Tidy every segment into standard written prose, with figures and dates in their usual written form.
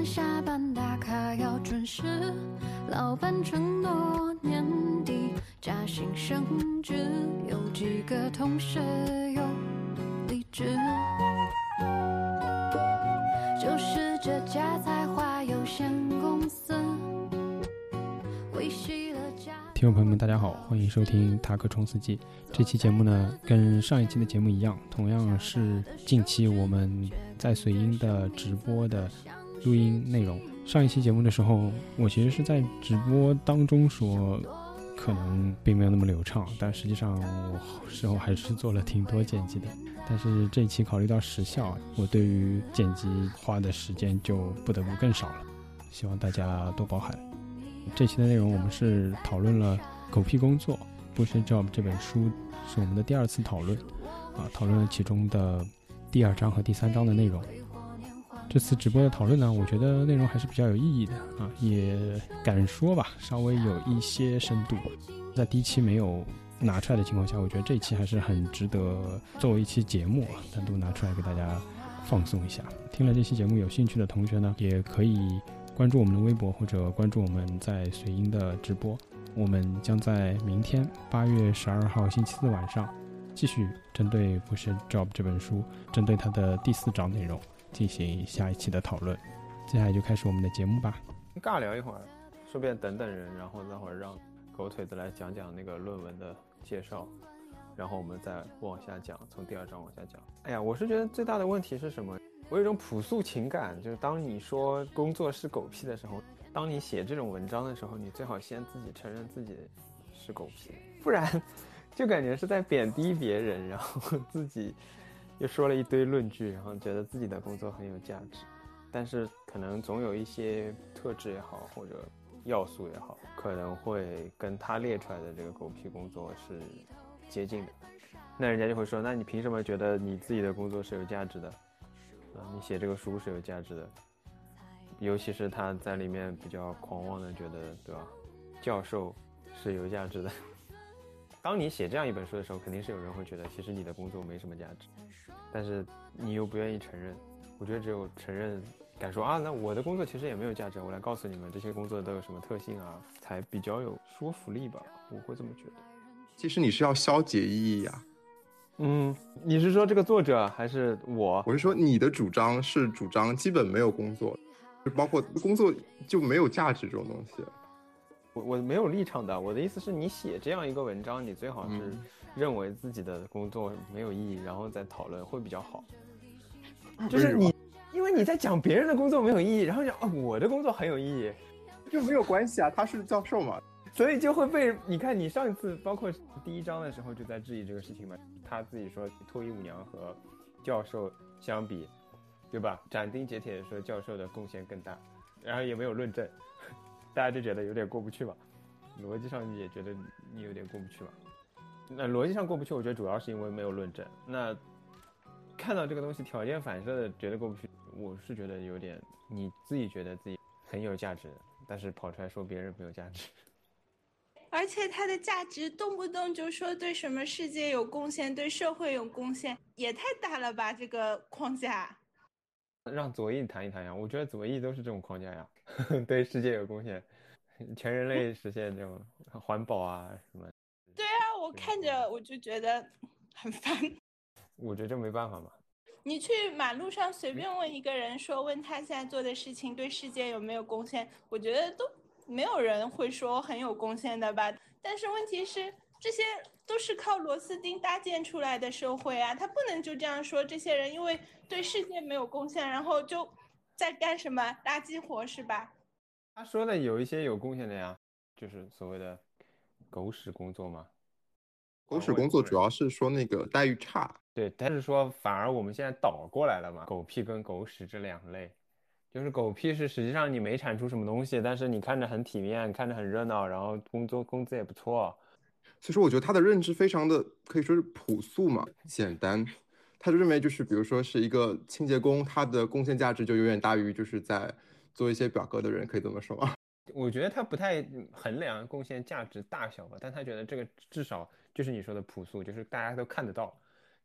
下班打卡要准时，老板承诺年底加薪升职，有几个同事又离职，就是这家才华有限公司维系了家。 听众朋友们大家好，欢迎收听塔克冲刺记。这期节目呢跟上一期的节目一样，同样是近期我们在随音的直播的录音内容。上一期节目的时候，我其实是在直播当中说可能并没有那么流畅，但实际上我事后还是做了挺多剪辑的。但是这一期考虑到时效，我对于剪辑花的时间就不得不更少了，希望大家多包涵。这期的内容我们是讨论了《狗屁工作》Bullshit Job 这本书，是我们的第二次讨论讨论了其中的第2章和第3章的内容。这次直播的讨论呢，我觉得内容还是比较有意义的也敢说吧，稍微有一些深度。在第一期没有拿出来的情况下，我觉得这一期还是很值得作为一期节目单独拿出来给大家放松一下。听了这期节目有兴趣的同学呢，也可以关注我们的微博或者关注我们在随音的直播。我们将在明天8月12号星期四晚上继续针对《Bullshit Job》这本书，针对它的第4章内容进行下一期的讨论。接下来就开始我们的节目吧。 尬聊一会儿，顺便等等人，然后那会儿让狗腿子来讲讲那个论文的介绍，然后我们再往下讲，从第2章往下讲。哎呀，我是觉得最大的问题是什么？我有一种朴素情感，就是当你说工作是狗屁的时候，当你写这种文章的时候，你最好先自己承认自己是狗屁，不然就感觉是在贬低别人，然后自己又说了一堆论据，然后觉得自己的工作很有价值，但是可能总有一些特质也好，或者要素也好，可能会跟他列出来的这个狗屁工作是接近的。那人家就会说，那你凭什么觉得你自己的工作是有价值的？你写这个书是有价值的，尤其是他在里面比较狂妄的觉得，对吧？教授是有价值的。当你写这样一本书的时候，肯定是有人会觉得其实你的工作没什么价值，但是你又不愿意承认。我觉得只有承认，敢说那我的工作其实也没有价值，我来告诉你们这些工作都有什么特性啊，才比较有说服力吧，我会这么觉得。 其实你是要消解意义呀。 你是说这个作者还是我？ 我是说你的主张是主张基本没有工作，包括工作就没有价值这种东西。 我没有立场的，我的意思是你写这样一个文章，你最好是认为自己的工作没有意义，然后再讨论会比较好。就是你，因为你在讲别人的工作没有意义，然后讲我的工作很有意义， 就没有关系啊，他是教授嘛， 所以就会被你看你上一次包括第1章的时候就在质疑这个事情嘛，他自己说脱衣舞娘和教授相比，对吧？斩钉截铁的说教授的贡献更大，然后也没有论证，大家就觉得有点过不去吧，逻辑上也觉得你有点过不去吧。那逻辑上过不去，我觉得主要是因为没有论证。那看到这个东西条件反射的觉得过不去，我是觉得有点你自己觉得自己很有价值，但是跑出来说别人没有价值。 而且它的价值动不动就说对什么世界有贡献，对社会有贡献，也太大了吧这个框架。 让左翼谈一谈呀，我觉得左翼都是这种框架呀，对世界有贡献，全人类实现这种环保啊什么。 对啊，我看着我就觉得很烦。 我觉得这没办法嘛。 你去马路上随便问一个人说，问他现在做的事情对世界有没有贡献，我觉得都没有人会说很有贡献的吧。但是问题是这些都是靠螺丝钉搭建出来的社会啊，他不能就这样说这些人因为对世界没有贡献，然后就在干什么垃圾活是吧？ 他说的有一些有贡献的呀，就是所谓的狗屎工作嘛。 狗屎工作主要是说那个待遇差。 对，但是说反而我们现在倒过来了嘛，狗屁跟狗屎这2类，就是狗屁是实际上你没产出什么东西，但是你看着很体面，看着很热闹，然后工资也不错。 所以说我觉得他的认知非常的可以说是朴素嘛，简单。他就认为就是比如说是一个清洁工，他的贡献价值就远远大于就是在做一些表格的人，可以这么说吗？ 我觉得他不太衡量贡献价值大小吧，但他觉得这个至少就是你说的朴素，就是大家都看得到，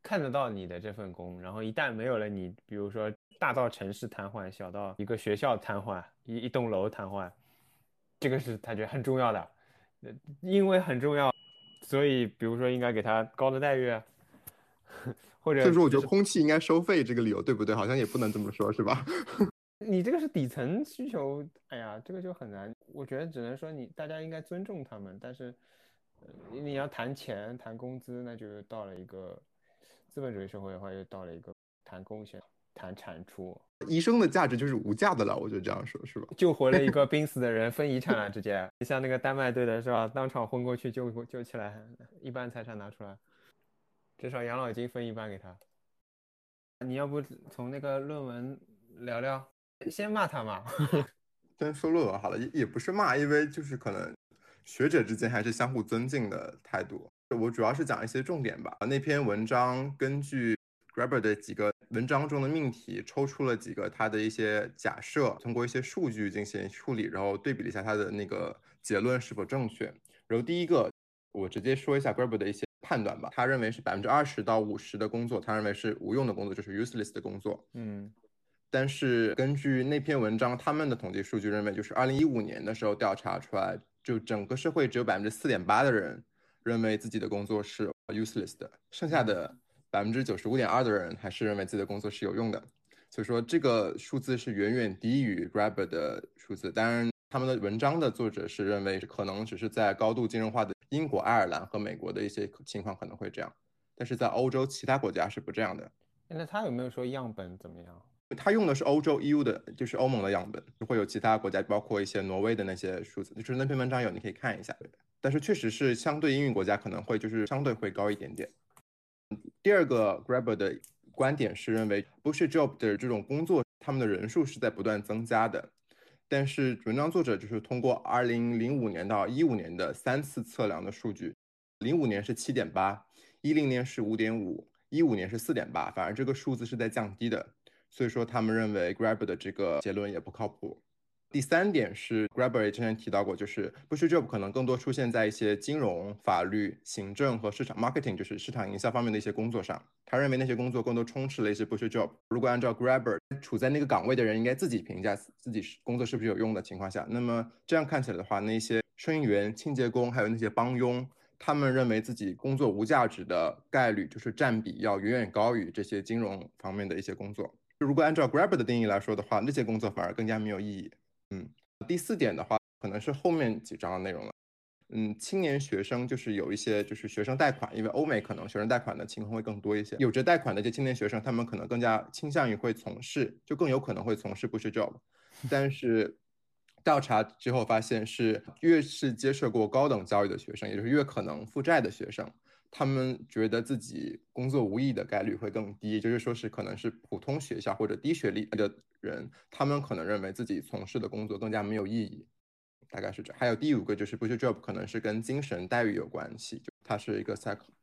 看得到你的这份工，然后一旦没有了你，比如说大到城市瘫痪，小到一个学校瘫痪，一栋楼瘫痪，这个是他觉得很重要的，因为很重要，所以比如说应该给他高的待遇啊，或者所以说，我觉就是得空气应该收费这个理由对不对？好像也不能这么说，是吧？ 你这个是底层需求，哎呀，这个就很难。我觉得只能说大家应该尊重他们，但是，你要谈钱、谈工资，那就到了一个资本主义社会的话，又到了一个谈贡献、谈产出， 医生的价值就是无价的了，我就这样说，是吧？ 救活了一个濒死的人，分遗产了，直接。你像那个丹麦队的是吧？当场昏过去救起来，一半财产拿出来，至少养老金分一半给他。你要不从那个论文聊聊？先骂他嘛。 先说论文好了，也不是骂，因为就是可能学者之间还是相互尊敬的态度。我主要是讲一些重点吧。那篇文章根据 Graeber 的几个文章中的命题，抽出了几个他的一些假设，通过一些数据进行处理，然后对比了一下他的那个结论是否正确。然后第一个，我直接说一下 Graeber 的一些判断吧。他认为是20%到50%的工作，他认为是无用的工作，就是 useless 的工作。但是根据那篇文章，他们的统计数据认为，就是2015年的时候调查出来，就整个社会只有4.8%的人认为自己的工作是 useless 的，剩下的95.2%的人还是认为自己的工作是有用的。所以说这个数字是远远低于 Graeber 的数字。当然，他们的文章的作者是认为可能只是在高度金融化的英国、爱尔兰和美国的一些情况可能会这样，但是在欧洲其他国家是不这样的。 那他有没有说样本怎么样？ 他用的是欧洲 EU 的，就是欧盟的样本，会有其他国家，包括一些挪威的那些数字，就是那篇文章有，你可以看一下。但是确实是相对英语国家可能会就是相对会高一点点。第二个 Graeber 的观点是认为 bullshit job 的这种工作，他们的人数是在不断增加的。但是文章作者就是通过2005年到2015年的3次测量的数据，05年是7.8，10年是5.5，15年是4.8，反而这个数字是在降低的。所以说他们认为 Graeber 的这个结论也不靠谱。第三点是 Graeber 也之前提到过，就是 bullshit job 可能更多出现在一些金融、法律、行政和市场 marketing， 就是市场营销方面的一些工作上。他认为那些工作更多充斥了一些 bullshit job。如果按照 Graeber 处在那个岗位的人应该自己评价自己工作是不是有用的情况下，那么这样看起来的话，那些收银员、清洁工还有那些帮佣，他们认为自己工作无价值的概率就是占比要远远高于这些金融方面的一些工作。如果按照 Graeber 的定义来说的话，那些工作反而更加没有意义。第四点的话，可能是后面几章的内容了。青年学生就是有一些就是学生贷款，因为欧美可能学生贷款的情况会更多一些。有着贷款的这些青年学生，他们可能更加倾向于会从事，就更有可能会从事 bullshit job。但是调查之后发现，是越是接受过高等教育的学生，也就是越可能负债的学生，他们觉得自己工作无意义的概率会更低，就是说是可能是普通学校或者低学历的人，他们可能认为自己从事的工作更加没有意义，大概是这样。还有第五个就是 bullshit job 可能是跟精神待遇有关系，就它是一个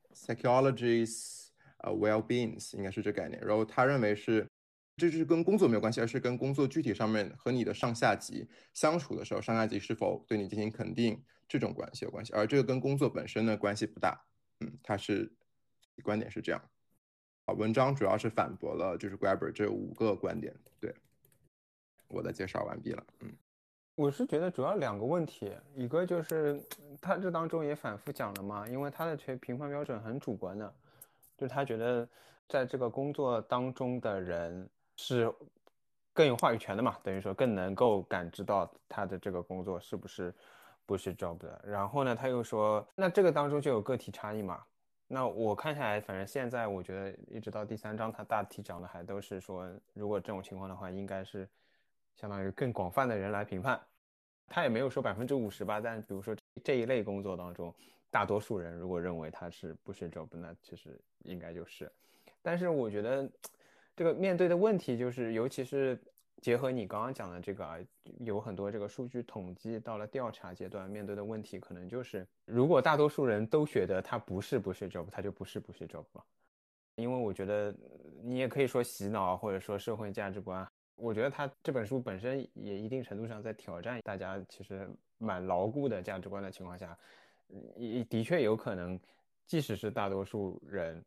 psychology well-being 应该是这概念，然后他认为是这是跟工作没有关系，而是跟工作具体上面和你的上下级相处的时候，上下级是否对你进行肯定这种关系有关系，而这个跟工作本身的关系不大。他是观点是这样。文章主要是反驳了就是 Graeber 这5个观点。对，我的介绍完毕了。 我是觉得主要2个问题，一个就是他这当中也反复讲了嘛，因为他的评判标准很主观的，就是他觉得在这个工作当中的人是更有话语权的嘛，等于说更能够感知到他的这个工作是不是 bullshit job 的。然后呢，他又说，那这个当中就有个体差异嘛。那我看下来，反正现在我觉得一直到第3章，他大体讲的还都是说，如果这种情况的话，应该是相当于更广泛的人来评判。他也没有说50%吧，但比如说这一类工作当中，大多数人如果认为他是bullshit job，那其实应该就是。但是我觉得这个面对的问题就是，尤其是结合你刚刚讲的这个啊，有很多这个数据统计到了调查阶段，面对的问题可能就是，如果大多数人都觉得他不是bullshit job，他就不是bullshit job 嘛。因为我觉得你也可以说洗脑，或者说社会价值观。我觉得他这本书本身也一定程度上在挑战大家其实蛮牢固的价值观的情况下，的确有可能，即使是大多数人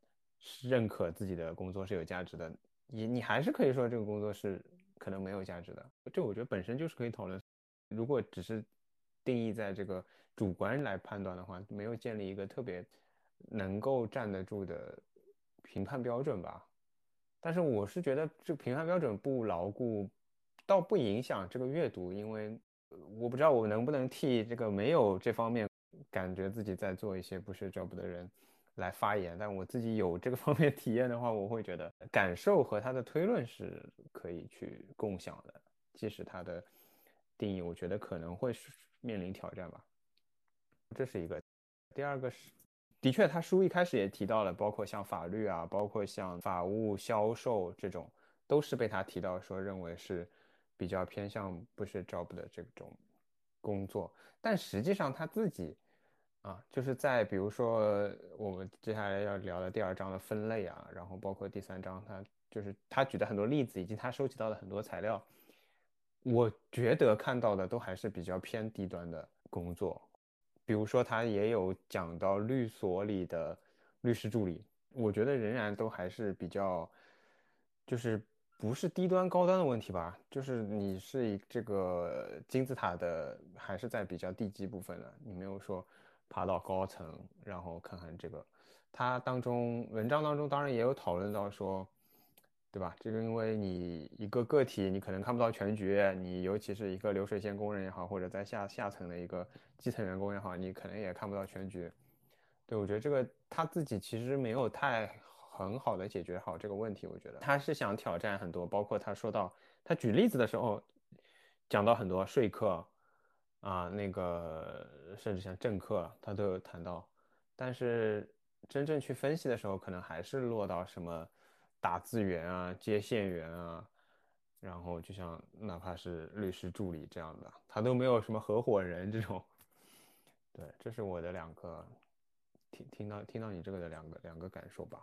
认可自己的工作是有价值的，你还是可以说这个工作是可能没有价值的。这我觉得本身就是可以讨论。如果只是定义在这个主观来判断的话，没有建立一个特别能够站得住的评判标准吧。但是我是觉得这个评判标准不牢固，倒不影响这个阅读，因为我不知道我能不能替这个没有这方面感觉自己在做一些不是 job 的人来发言，但我自己有这个方面体验的话，我会觉得感受和他的推论是可以去共享的，即使他的定义我觉得可能会面临挑战吧。这是一个。第二个是的确他书一开始也提到了，包括像法律啊，包括像法务销售这种，都是被他提到说认为是比较偏向不是 job 的这种工作。但实际上他自己就是在比如说我们接下来要聊的第2章的分类啊，然后包括第3章他举的很多例子以及他收集到的很多材料，我觉得看到的都还是比较偏低端的工作。比如说他也有讲到律所里的律师助理，我觉得仍然都还是比较就是不是低端高端的问题吧，就是你是这个金字塔的还是在比较地基部分的，你没有说爬到高层然后看看这个。他文章当中当然也有讨论到说，对吧，这个因为你一个个体你可能看不到全局，你尤其是一个流水线工人也好，或者在下层的一个基层员工也好，你可能也看不到全局。对，我觉得这个他自己其实没有很好的解决好这个问题。我觉得他是想挑战很多，包括他说到他举例子的时候讲到很多说客那个甚至像政客他都有谈到，但是真正去分析的时候可能还是落到什么打字员啊、接线员啊，然后就像哪怕是律师助理这样的，他都没有什么合伙人这种。对，这是我的2个听到你这个的两个感受吧。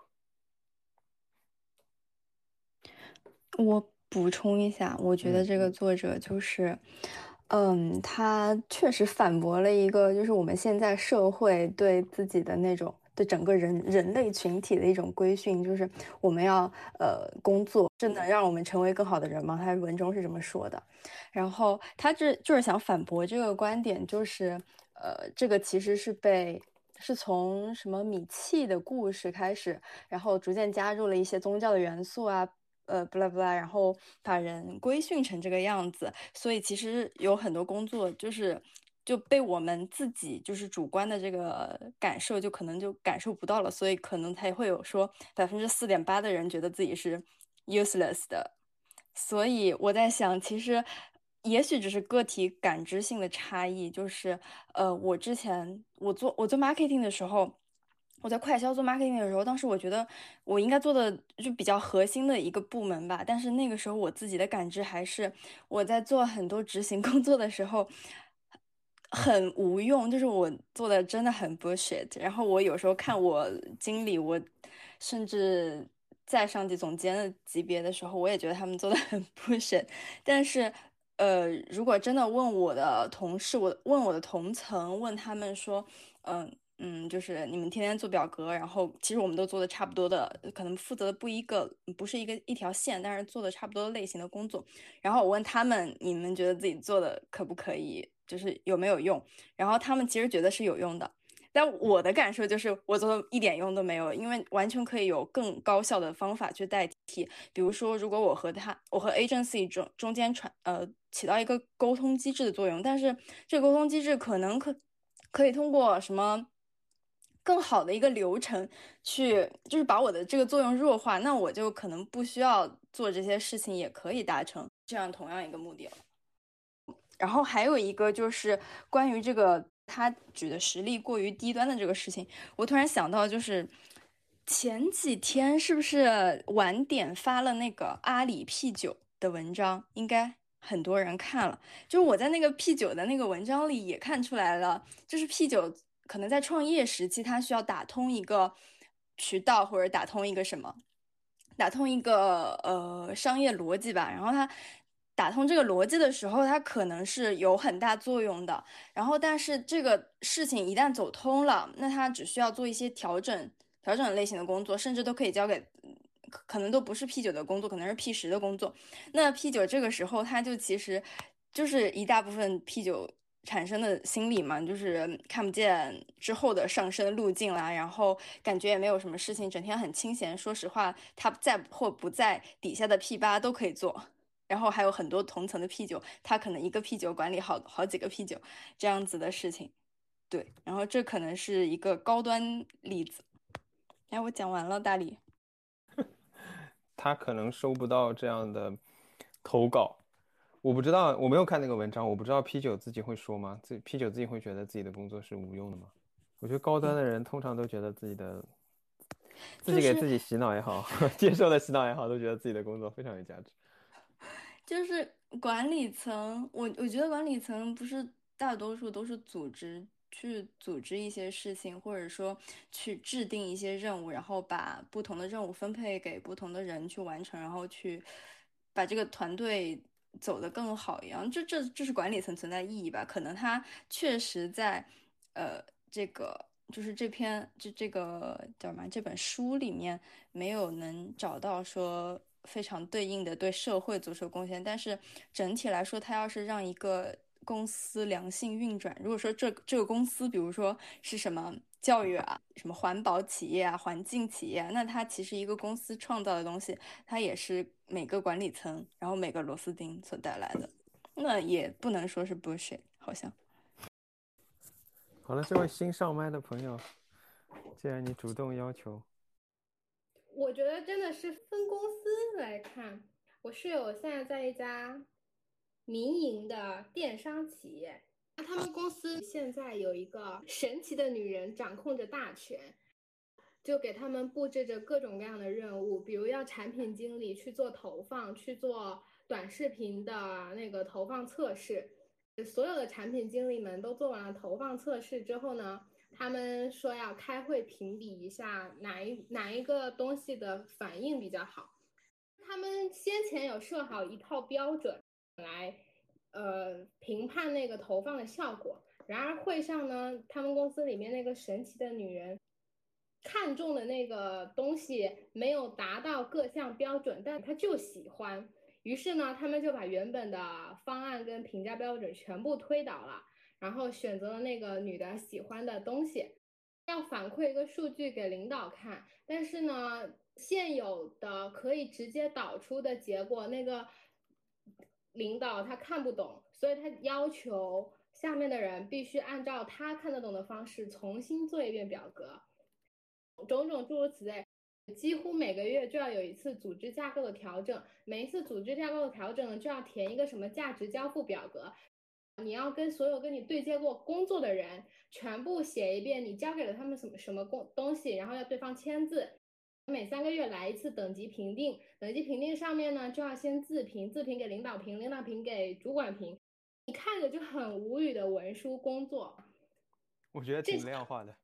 我补充一下，我觉得这个作者就是，他确实反驳了一个，就是我们现在社会对自己的那种对整个人类群体的一种规训，就是我们要工作，是能让我们成为更好的人吗？他文中是这么说的。然后他就是想反驳这个观点，就是这个其实是从什么米契的故事开始，然后逐渐加入了一些宗教的元素啊。不啦不啦，然后把人规训成这个样子，所以其实有很多工作就被我们自己就是主观的这个感受就可能就感受不到了，所以可能才会有说4.8%的人觉得自己是 useless 的。所以我在想，其实也许只是个体感知性的差异，就是我之前我做marketing 的时候。我在快销做 marketing 的时候，当时我觉得我应该做的就比较核心的一个部门吧，但是那个时候我自己的感知还是我在做很多执行工作的时候很无用，就是我做的真的很 bullshit。然后我有时候看我经理，我甚至在上级总监的级别的时候，我也觉得他们做的很 bullshit。但是如果真的问我的同事，问我的同层，问他们说，就是你们天天做表格，然后其实我们都做的差不多的，可能负责的不是一条线，但是做的差不多类型的工作。然后我问他们，你们觉得自己做的可不可以，就是有没有用？然后他们其实觉得是有用的，但我的感受就是我做的一点用都没有，因为完全可以有更高效的方法去代替。比如说，如果我和 agency 中间起到一个沟通机制的作用，但是这个沟通机制可以通过什么更好的一个流程去，就是把我的这个作用弱化，那我就可能不需要做这些事情，也可以达成这样同样一个目的了。然后还有一个就是关于这个他举的实例过于低端的这个事情，我突然想到，就是前几天是不是晚点发了那个阿里 P9的文章，应该很多人看了。就是我在那个 P9的那个文章里也看出来了，就是 P9可能在创业时期，它需要打通一个渠道或者打通一个商业逻辑吧，然后它打通这个逻辑的时候，它可能是有很大作用的。然后，但是这个事情一旦走通了，那它只需要做一些调整调整类型的工作，甚至都可以交给可能都不是 P9的工作，可能是P10的工作。那 P9这个时候他就其实就是一大部分 P9产生的心理嘛，就是看不见之后的上升路径啦，然后感觉也没有什么事情，整天很清闲。说实话，他在或不在底下的 P8都可以做，然后还有很多同层的 P9，他可能一个 P9管理好几个 P9这样子的事情。对，然后这可能是一个高端例子。哎，我讲完了，大理。 他可能收不到这样的投稿。我不知道，我没有看那个文章，我不知道 P9自己会说吗？P9自己会觉得自己的工作是无用的吗？我觉得高端的人通常都觉得自己给自己洗脑也好，接受的洗脑也好，都觉得自己的工作非常有价值。 就是管理层，我觉得管理层不是大多数都是去组织一些事情，或者说去制定一些任务，然后把不同的任务分配给不同的人去完成，然后去把这个团队走得更好一样。这是管理层存在意义吧？可能他确实在这个。就是这个叫什么？这本书里面没有能找到说非常对应的对社会做出贡献，但是整体来说，它要是让一个公司良性运转，如果说这个公司，比如说是什么教育啊、什么环保企业啊、环境企业啊，那它其实一个公司创造的东西，它也是每个管理层，然后每个螺丝钉所带来的，那也不能说是 bullshit，好像。 好了，这位新上麦的朋友，既然你主动要求， 我觉得真的是分公司来看。我室友现在在一家民营的电商企业，那他们公司现在有一个神奇的女人掌控着大权，就给他们布置着各种各样的任务，比如要产品经理去做投放，去做短视频的那个投放测试。所有的产品经理们都做完了投放测试之后呢，他们说要开会评比一下哪一个东西的反应比较好。他们先前有设好一套标准来评判那个投放的效果。然而会上呢，他们公司里面那个神奇的女人看中的那个东西没有达到各项标准，但他就喜欢。于是呢，他们就把原本的方案跟评价标准全部推倒了，然后选择了那个女的喜欢的东西，要反馈一个数据给领导看。但是呢，现有的可以直接导出的结果，那个领导他看不懂，所以他要求下面的人必须按照他看得懂的方式重新做一遍表格，种种诸如此类。几乎每个月就要有一次组织架构的调整，每一次组织架构的调整呢，就要填一个什么价值交付表格，你要跟所有跟你对接过工作的人全部写一遍，你交给了他们什么东西，然后要对方签字。每3个月来一次等级评定，等级评定上面呢就要先自评，自评给领导评，领导评给主管评，你看着就很无语的文书工作。 我觉得挺量化的。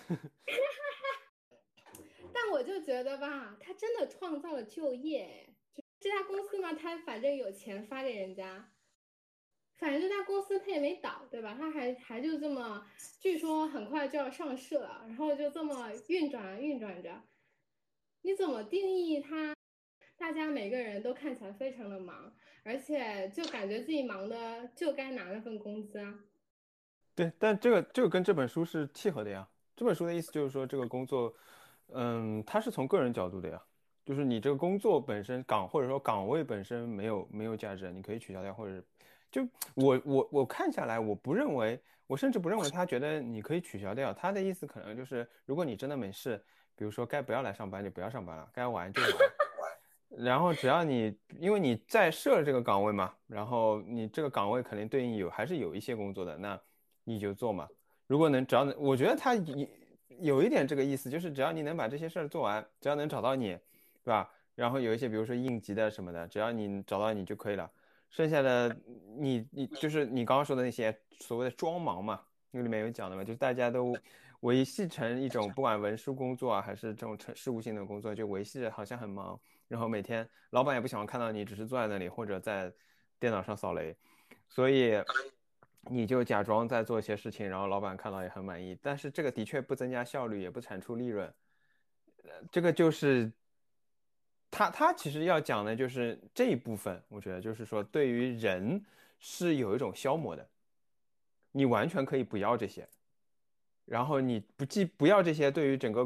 但我就觉得吧，他真的创造了就业。这家公司嘛，他反正有钱发给人家，反正这家公司他也没倒，对吧？他还就这么，据说很快就要上市了，然后就这么运转着。你怎么定义它？大家每个人都看起来非常的忙，而且就感觉自己忙的就该拿那份工资啊。 对，但这个跟这本书是契合的呀。这本书的意思就是说，这个工作，它是从个人角度的呀，就是你这个工作本身或者说岗位本身没有价值，你可以取消掉，或者是就我看下来，我甚至不认为他觉得你可以取消掉。他的意思可能就是，如果你真的没事，比如说该不要来上班就不要上班了，该玩就玩。然后只要因为你在设这个岗位嘛，然后你这个岗位肯定对应还是有一些工作的，那你就做嘛。如果只要我觉得他有一点这个意思，就是只要你能把这些事儿做完，只要能找到你，对吧？然后有一些比如说应急的什么的，只要你找到你就可以了。剩下的你就是你刚刚说的那些所谓的装忙嘛，那里面有讲的嘛，就是大家都维系成一种不管文书工作啊，还是这种事务性的工作，就维系着好像很忙。然后每天老板也不想看到你只是坐在那里或者在电脑上扫雷，所以你就假装在做一些事情，然后老板看到也很满意。但是这个的确不增加效率，也不产出利润。 这个就是他其实要讲的就是这一部分，我觉得就是说对于人是有一种消磨的，你完全可以不要这些，然后你不要这些，对于整个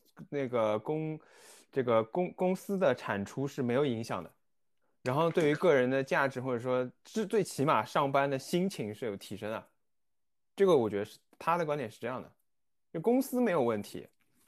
公司的产出是没有影响的。然后对于个人的价值或者说最起码上班的心情是有提升的。这个我觉得是他的观点是这样的，就公司没有问题。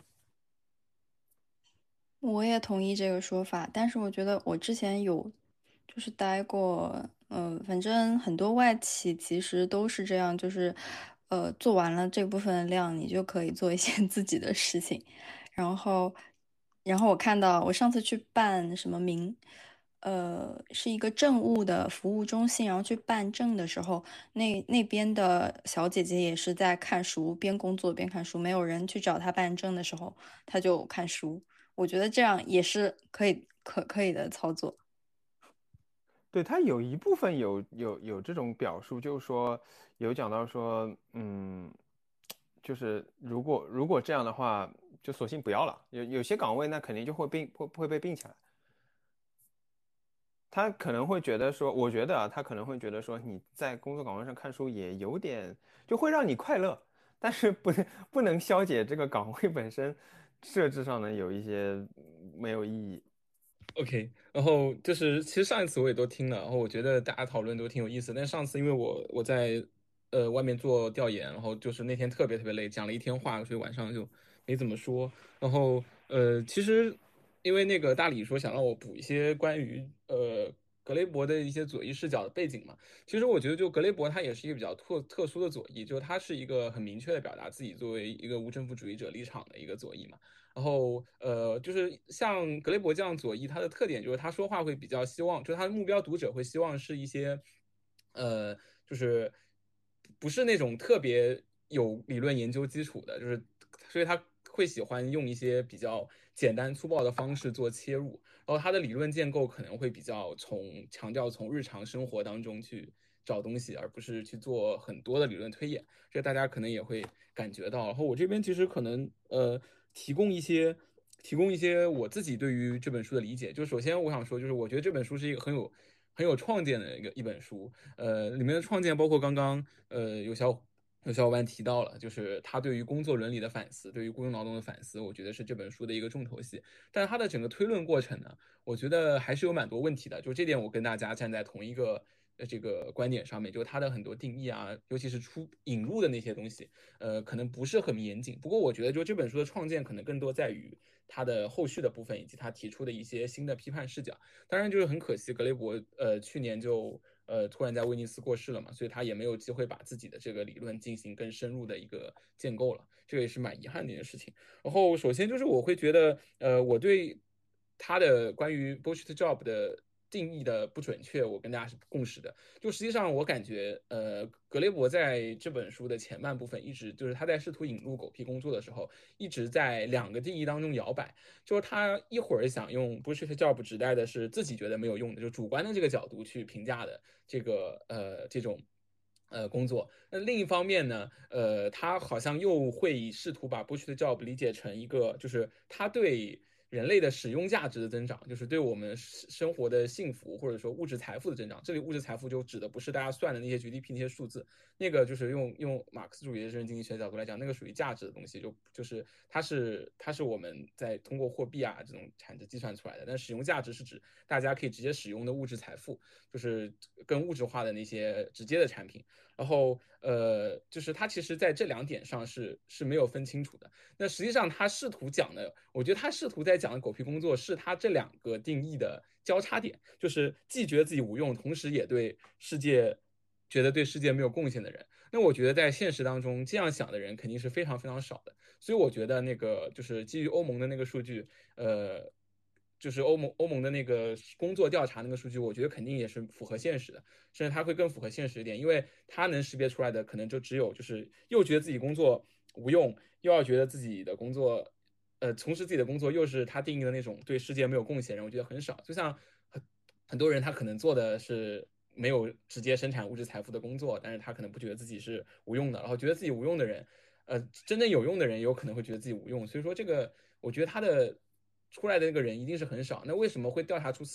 我也同意这个说法，但是我觉得我之前有就是待过，反正很多外企其实都是这样，就是做完了这部分量，你就可以做一些自己的事情。然后，我看到我上次去办什么是一个政务的服务中心，然后去办证的时候，那边的小姐姐也是在看书，边工作边看书，没有人去找她办证的时候，她就看书。我觉得这样也是可以的操作。 对，他有一部分有这种表述，就是说有讲到说，就是如果这样的话，就索性不要了。有些岗位那肯定就会被并起来。他可能会觉得说，我觉得啊，他可能会觉得说，你在工作岗位上看书也有点，就会让你快乐，但是不能消解这个岗位本身设置上呢有一些没有意义。 OK，然后就是其实上一次我也都听了，然后我觉得大家讨论都挺有意思。但上次因为我在外面做调研，然后就是那天特别特别累，讲了一天话，所以晚上就没怎么说。然后其实因为那个大理说想让我补一些关于格雷伯的一些左翼视角的背景嘛，其实我觉得就格雷伯他也是一个比较特殊的左翼，就是他是一个很明确的表达自己作为一个无政府主义者立场的一个左翼嘛。然后就是像格雷伯这样左翼，他的特点就是他说话会比较希望，就是他的目标读者会希望是一些，就是不是那种特别有理论研究基础的，就是所以他会喜欢用一些比较简单粗暴的方式做切入，然后他的理论建构可能会比较强调从日常生活当中去找东西，而不是去做很多的理论推演，这大家可能也会感觉到。然后我这边其实可能提供一些我自己对于这本书的理解。就首先我想说，就是我觉得这本书是一个很有创建的一本书。里面的创建包括刚刚有小伙伴提到了，就是他对于工作伦理的反思，对于雇佣劳动的反思，我觉得是这本书的一个重头戏。但是它的整个推论过程呢，我觉得还是有蛮多问题的。就这点，我跟大家站在同一个这个观点上面，就是它的很多定义啊，尤其是引入的那些东西，可能不是很严谨。不过我觉得，就这本书的创建可能更多在于它的后续的部分，以及他提出的一些新的批判视角。当然，就是很可惜，格雷伯去年就突然在威尼斯过世了嘛，所以他也没有机会把自己的这个理论进行更深入的一个建构了，这个也是蛮遗憾的一件事情。然后首先就是我会觉得，我对他的关于 bullshit job 的定义的不准确，我跟大家是共识的。就实际上我感觉，格雷伯在这本书的前半部分一直就是他在试图引入狗屁工作的时候，一直在两个定义当中摇摆。就是他一会儿想用 bullshit job 指代的是自己觉得没有用的，就主观的这个角度去评价的这种工作。那另一方面呢，他好像又会试图把 bullshit job 理解成一个，就是他对人类的使用价值的增长，就是对我们生活的幸福或者说物质财富的增长。这里物质财富就指的不是大家算的那些 GDP 那些数字，那个就是用马克思主义的认经济学角度来讲，那个属于价值的东西，就是它是我们在通过货币啊这种产值计算出来的。但使用价值是指大家可以直接使用的物质财富，就是更物质化的那些直接的产品。然后就是他其实在这两点上是没有分清楚的。那实际上他试图讲的，我觉得他试图在讲的狗屁工作是他这两个定义的交叉点，就是既觉得自己无用，同时也觉得对世界没有贡献的人。那我觉得在现实当中这样想的人肯定是非常非常少的。所以我觉得那个就是基于欧盟的那个数据，就是欧盟的那个工作调查那个数据，我觉得肯定也是符合现实的，甚至它会更符合现实一点，因为它能识别出来的可能就只有就是又觉得自己工作无用，又要觉得自己的工作，从事自己的工作又是他定义的那种对世界没有贡献人，我觉得很少。就像很多人他可能做的是没有直接生产物质财富的工作，但是他可能不觉得自己是无用的，然后觉得自己无用的人，真正有用的人也有可能会觉得自己无用。所以说这个我觉得他的出来的那个人一定是很少。那为什么会调查出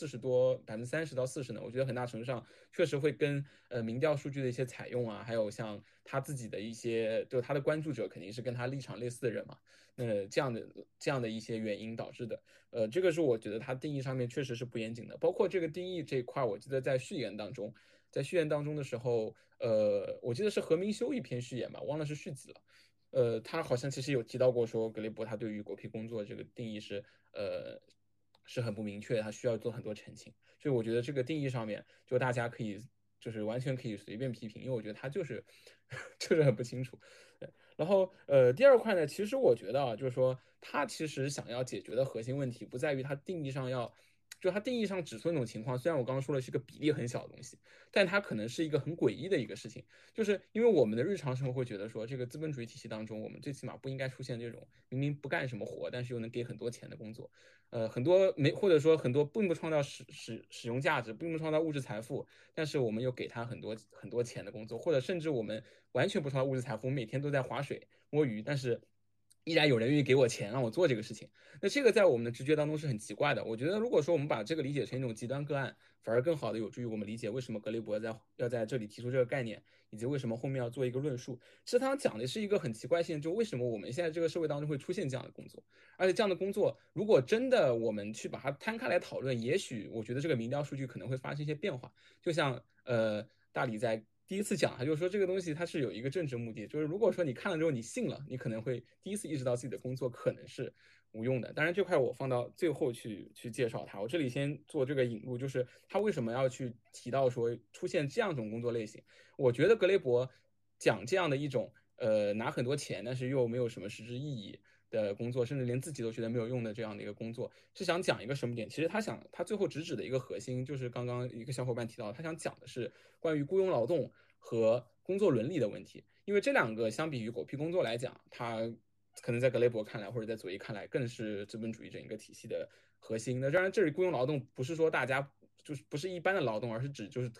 30%到40%呢？我觉得很大程度上确实会跟民调数据的一些采用啊，还有像他自己的一些，就他的关注者肯定是跟他立场类似的人嘛，这样的一些原因导致的。这个是我觉得它定义上面确实是不严谨的。包括这个定义这一块，我记得在序言当中的时候，我记得是何明修一篇序言吧，忘了是序几了。他好像其实有提到过说，格雷伯他对于狗屁工作这个定义是很不明确，他需要做很多澄清。所以我觉得这个定义上面，就大家可以就是完全可以随便批评，因为我觉得他就是就是很不清楚。然后第二块呢，其实我觉得啊，就是说他其实想要解决的核心问题不在于他定义上要。就它定义上指出那种情况，虽然我刚刚说的是个比例很小的东西，但它可能是一个很诡异的一个事情，就是因为我们的日常生活会觉得说，这个资本主义体系当中，我们最起码不应该出现这种明明不干什么活，但是又能给很多钱的工作，很多或者说很多并不创造使用价值，并不创造物质财富，但是我们又给他很多钱的工作，或者甚至我们完全不创造物质财富，我们每天都在划水摸鱼，但是依然有人愿意给我钱让我做这个事情。那这个在我们的直觉当中是很奇怪的。我觉得如果说我们把这个理解成一种极端个案，反而更好的有助于我们理解为什么格雷伯要在这里提出这个概念，以及为什么后面要做一个论述。其实他讲的是一个很奇怪性，就为什么我们现在这个社会当中会出现这样的工作，而且这样的工作如果真的我们去把它摊开来讨论，也许我觉得这个民调数据可能会发生一些变化。就像大理在第一次讲，他就说这个东西它是有一个政治目的，就是如果说你看了之后你信了，你可能会第一次意识到自己的工作可能是无用的。当然这块我放到最后去介绍它，我这里先做这个引入，就是他为什么要去提到说出现这样一种工作类型。我觉得格雷伯讲这样的一种拿很多钱但是又没有什么实质意义的工作，甚至连自己都觉得没有用的这样的一个工作，是想讲一个什么点？其实他最后直指的一个核心，就是刚刚一个小伙伴提到，他想讲的是关于雇佣劳动和工作伦理的问题。因为这两个相比于狗屁工作来讲，它可能在格雷伯看来，或者在左翼看来，更是资本主义整一个体系的核心。那当然，这里雇佣劳动不是说大家就是不是一般的劳动，而是指就是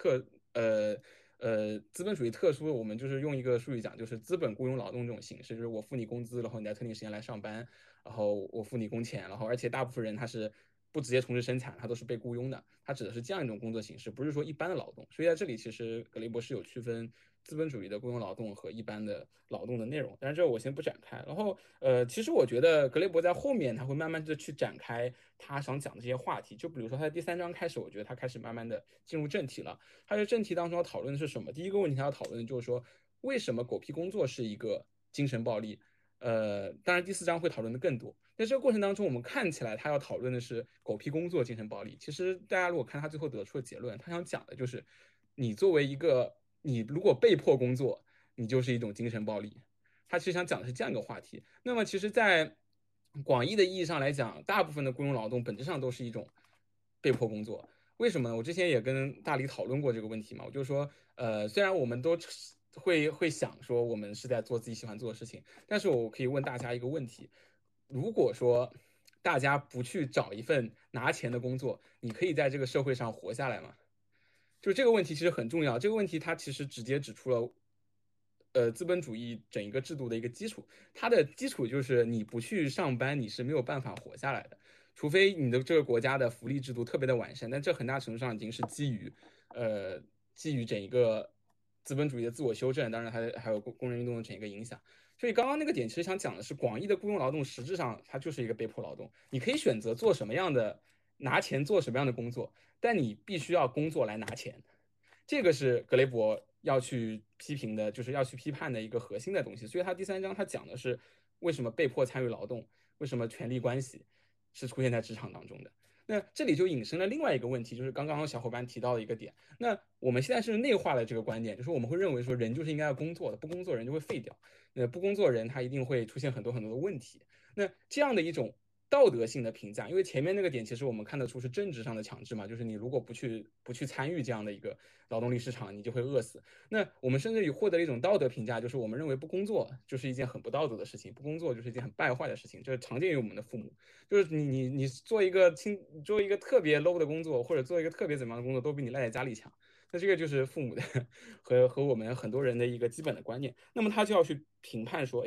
资本主义特殊，我们就是用一个术语讲，就是资本雇佣劳动这种形式，就是我付你工资，然后你在特定时间来上班，然后我付你工钱，然后而且大部分人他是不直接从事生产，他都是被雇佣的，他指的是这样一种工作形式，不是说一般的劳动。所以在这里，其实格雷伯是有区分资本主义的雇佣劳动和一般的劳动的内容，但是这我先不展开。然后其实我觉得格雷伯在后面他会慢慢的去展开他想讲的这些话题，就比如说他在第3章开始，我觉得他开始慢慢的进入正题了。他在正题当中要讨论的是什么？第一个问题他要讨论的就是说，为什么狗屁工作是一个精神暴力？当然第4章会讨论的更多。在这个过程当中，我们看起来他要讨论的是狗屁工作精神暴力。其实大家如果看他最后得出的结论，他想讲的就是，你作为一个你如果被迫工作，你就是一种精神暴力。他其实想讲的是这样一个话题。那么其实，在广义的意义上来讲，大部分的雇佣劳动本质上都是一种被迫工作。为什么呢？我之前也跟大理讨论过这个问题嘛，我就说，虽然我们都会想说我们是在做自己喜欢做的事情，但是我可以问大家一个问题：如果说大家不去找一份拿钱的工作，你可以在这个社会上活下来吗？就这个问题其实很重要，这个问题它其实直接指出了资本主义整一个制度的一个基础，它的基础就是你不去上班，你是没有办法活下来的。除非你的这个国家的福利制度特别的完善，但这很大程度上已经是基于整一个资本主义的自我修正，当然还有工人运动的整一个影响。所以刚刚那个点其实想讲的是，广义的雇佣劳动实质上它就是一个被迫劳动，你可以选择做什么样的拿钱做什么样的工作，但你必须要工作来拿钱。这个是格雷伯要去批评的，就是要去批判的一个核心的东西。所以他第3章他讲的是为什么被迫参与劳动，为什么权力关系是出现在职场当中的。那这里就引申了另外一个问题，就是刚刚小伙伴提到的一个点。那我们现在是内化了这个观点，就是我们会认为说人就是应该要工作的，不工作人就会废掉。那不工作人他一定会出现很多很多的问题。那这样的一种道德性的评价，因为前面那个点其实我们看得出是政治上的强制嘛，就是你如果不去参与这样的一个劳动力市场，你就会饿死。那我们甚至于获得了一种道德评价，就是我们认为不工作就是一件很不道德的事情，不工作就是一件很败坏的事情。这常见于我们的父母，就是你做一个特别 low 的工作，或者做一个特别怎么样的工作，都比你赖在家里强。那这个就是父母的和我们很多人的一个基本的观念。那么他就要去评判说，哎，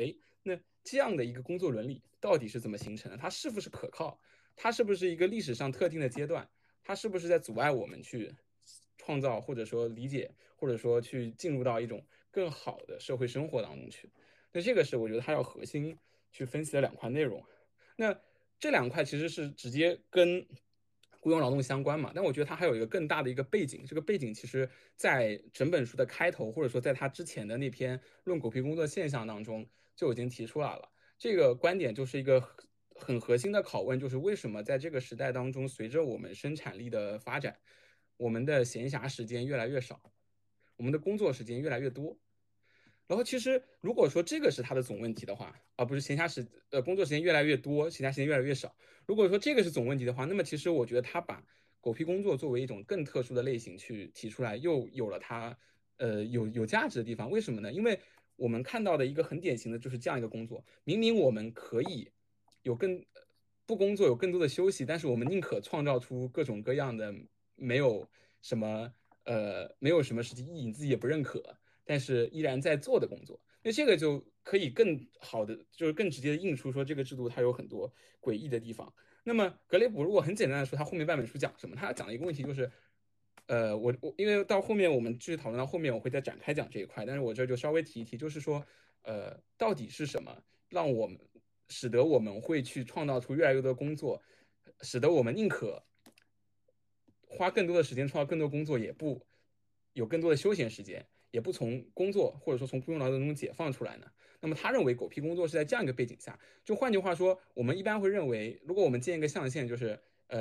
那这样的一个工作伦理到底是怎么形成的？它是不是可靠？它是不是一个历史上特定的阶段？它是不是在阻碍我们去创造，或者说理解，或者说去进入到一种更好的社会生活当中去？那这个是我觉得它要核心去分析的两块内容。那这两块其实是直接跟雇佣劳动相关嘛，但我觉得它还有一个更大的一个背景，这个背景其实在整本书的开头，或者说在它之前的那篇论狗屁工作现象当中就已经提出来了。这个观点就是一个很核心的拷问，就是为什么在这个时代当中，随着我们生产力的发展，我们的闲暇时间越来越少，我们的工作时间越来越多。然后其实如果说这个是它的总问题的话，而不是工作时间越来越多，闲暇时间越来越少。如果说这个是总问题的话，那么其实我觉得他把狗屁工作作为一种更特殊的类型去提出来，又有了它有价值的地方。为什么呢？因为我们看到的一个很典型的就是这样一个工作，明明我们可以不工作，有更多的休息，但是我们宁可创造出各种各样的没有什么实际意义，你自己也不认可，但是依然在做的工作。那这个就可以更好的，就是更直接的映出说这个制度它有很多诡异的地方。那么格雷普如果很简单的说，他后面半本书讲什么？他讲的一个问题就是，我因为到后面我们继续讨论到后面，我会再展开讲这一块，但是我这就稍微提一提，就是说，到底是什么使得我们会去创造出越来越多的工作，使得我们宁可花更多的时间创造更多工作，也不有更多的休闲时间，也不从工作或者说从雇佣劳动中解放出来呢？那么他认为狗屁工作是在这样一个背景下，就换句话说，我们一般会认为，如果我们建一个象限，就是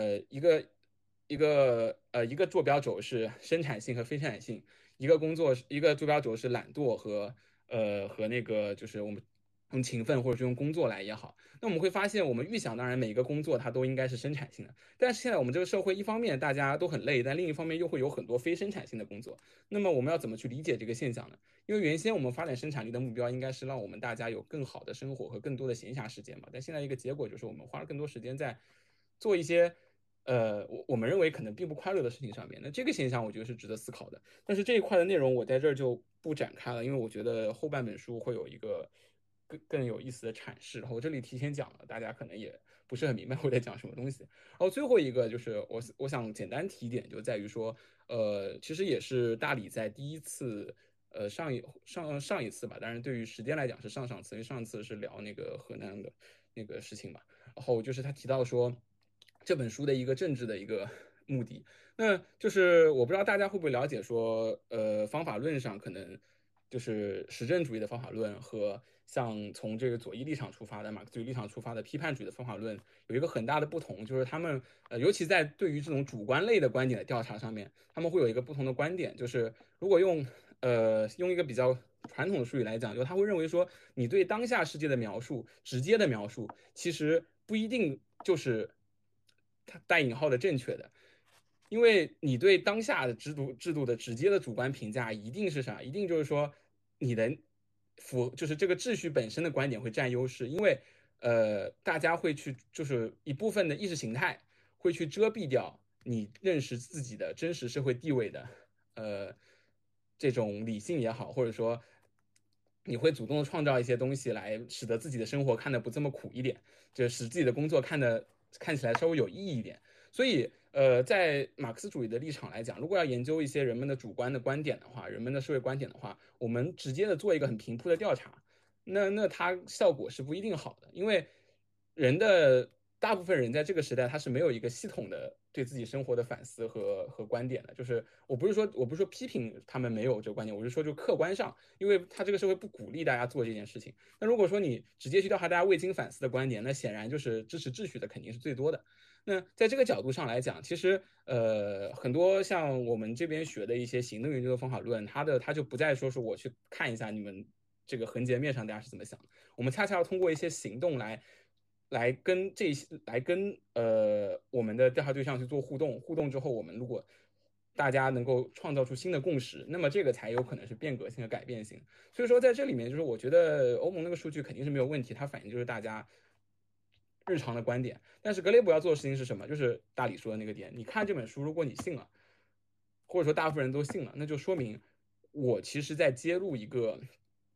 一个坐标轴是生产性和非生产性，一个坐标轴是懒惰和那个就是我们用勤奋或者是用工作来也好，那我们会发现，我们预想当然每一个工作它都应该是生产性的，但是现在我们这个社会一方面大家都很累，但另一方面又会有很多非生产性的工作，那么我们要怎么去理解这个现象呢？因为原先我们发展生产力的目标应该是让我们大家有更好的生活和更多的闲暇时间嘛，但现在一个结果就是我们花了更多时间在做一些我们认为可能并不快乐的事情上面，那这个现象我觉得是值得思考的。但是这一块的内容我在这儿就不展开了，因为我觉得后半本书会有一个更有意思的阐释，然后我这里提前讲了，大家可能也不是很明白我在讲什么东西。然后最后一个就是我想简单提一点，就在于说，其实也是大理在第一次。上一次吧，当然对于时间来讲是上次，因为上次是聊那个河南的那个事情嘛。然后就是他提到说，这本书的一个政治的一个目的，那就是我不知道大家会不会了解说，方法论上可能就是实证主义的方法论和像从这个左翼立场出发的马克思主义立场出发的批判主义的方法论有一个很大的不同，就是他们尤其在对于这种主观类的观点的调查上面，他们会有一个不同的观点，就是如果用一个比较传统的术语来讲，就他会认为说，你对当下世界的描述，直接的描述，其实不一定就是它带引号的正确的，因为你对当下的制度的直接的主观评价，一定是啥？一定就是说你的就是这个秩序本身的观点会占优势，因为大家会去就是一部分的意识形态会去遮蔽掉你认识自己的真实社会地位的这种理性也好，或者说你会主动的创造一些东西来使得自己的生活看得不这么苦一点，就使自己的工作看起来稍微有意义一点。所以在马克思主义的立场来讲，如果要研究一些人们的主观的观点的话，人们的社会观点的话，我们直接的做一个很平铺的调查，那它效果是不一定好的，因为大部分人在这个时代他是没有一个系统的对自己生活的反思和观点的。就是我不是说批评他们没有这个观点，我是说就客观上，因为他这个社会不鼓励大家做这件事情。那如果说你直接去调查大家未经反思的观点，那显然就是支持秩序的肯定是最多的。那在这个角度上来讲，其实很多像我们这边学的一些行动研究的方法论，它就不再说是我去看一下你们这个横截面上大家是怎么想的，我们恰恰要通过一些行动来跟我们的调查对象去做互动之后，我们如果大家能够创造出新的共识，那么这个才有可能是变革性和改变性。所以说在这里面，就是我觉得欧盟那个数据肯定是没有问题，它反映就是大家日常的观点。但是格雷伯要做的事情是什么？就是大理说的那个点，你看这本书，如果你信了，或者说大部分人都信了，那就说明我其实在揭露一个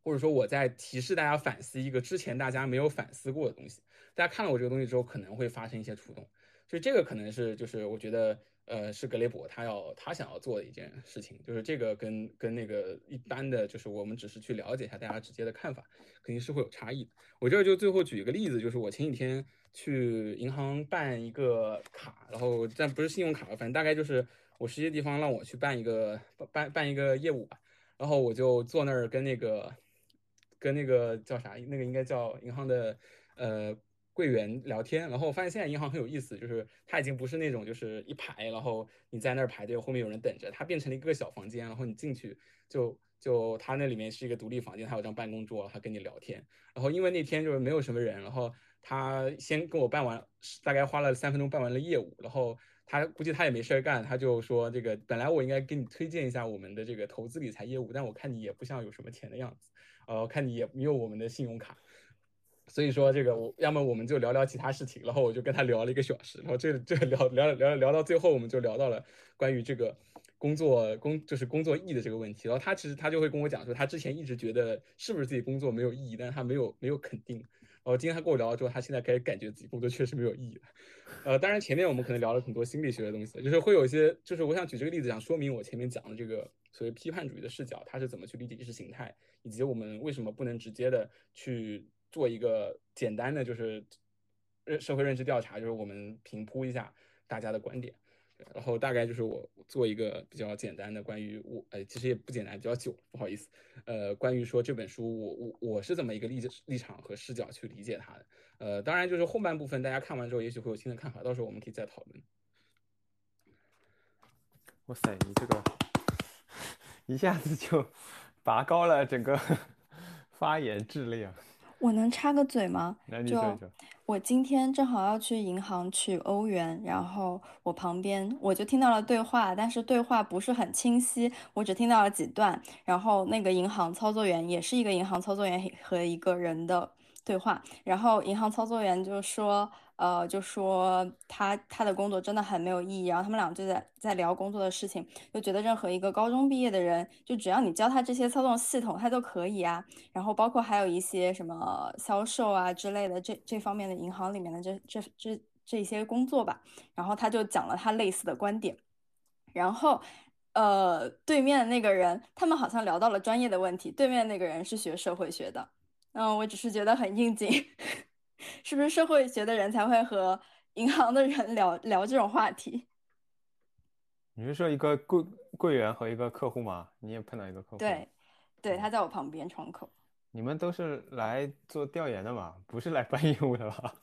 或者说我在提示大家反思一个之前大家没有反思过的东西。大家看了我这个东西之后，可能会发生一些触动，所以这个可能是就是我觉得是格雷伯他想要做的一件事情，就是这个跟那个一般的就是我们只是去了解一下大家直接的看法，肯定是会有差异的。我这儿就最后举一个例子，就是我前几天去银行办一个卡，然后但不是信用卡，反正大概就是我实习地方让我去办一个业务吧，然后我就坐那儿跟那个叫啥，那个应该叫银行的柜员聊天，然后我发现现在银行很有意思，就是它已经不是那种就是一排，然后你在那儿排队，后面有人等着，它变成了一个小房间，然后你进去就它那里面是一个独立房间，它有张办公桌，它跟你聊天。然后因为那天就是没有什么人，然后他先跟我办完，大概花了3分钟办完了业务，然后他估计他也没事干，他就说这个本来我应该给你推荐一下我们的这个投资理财业务，但我看你也不像有什么钱的样子，看你也没有我们的信用卡。所以说这个要么我们就聊聊其他事情，然后我就跟他聊了1个小时，然后这聊到最后，我们就聊到了关于这个工作意义的这个问题。然后他其实他就会跟我讲说，他之前一直觉得是不是自己工作没有意义，但是他没有肯定。然后今天他跟我聊了之后，他现在开始感觉自己工作确实没有意义了。当然前面我们可能聊了很多心理学的东西，就是会有一些，就是我想举这个例子，想说明我前面讲的这个所谓批判主义的视角，它是怎么去理解意识形态，以及我们为什么不能直接的去做一个简单的就是社会认知调查，就是我们评估一下大家的观点。然后大概就是我做一个比较简单的关于其实也不简单，比较久，不好意思。关于说这本书我是怎么一个立场和视角去理解它的。当然就是后半部分大家看完之后也许会有新的看法，到时候我们可以再讨论。 哇塞，你这个一下子就拔高了整个发言质量。 我能插个嘴吗？ 那你说一说。 我今天正好要去银行取欧元，然后我旁边我就听到了对话，但是对话不是很清晰，我只听到了几段。然后那个银行操作员也是一个银行操作员和一个人的对话，然后银行操作员就说他的工作真的很没有意义，然后他们俩就在聊工作的事情，就觉得任何一个高中毕业的人，就只要你教他这些操纵系统，他都可以啊。然后包括还有一些什么销售啊之类的这方面的银行里面的这些工作吧。然后他就讲了他类似的观点，然后对面的那个人，他们好像聊到了专业的问题，对面那个人是学社会学的。我只是觉得很应景。是不是社会学的人才会和银行的人聊这种话题？ 你是说一个柜员和一个客户吗？你也碰到一个客户？ 对，他在我旁边窗口。 你们都是来做调研的嘛，不是来办业务的吧？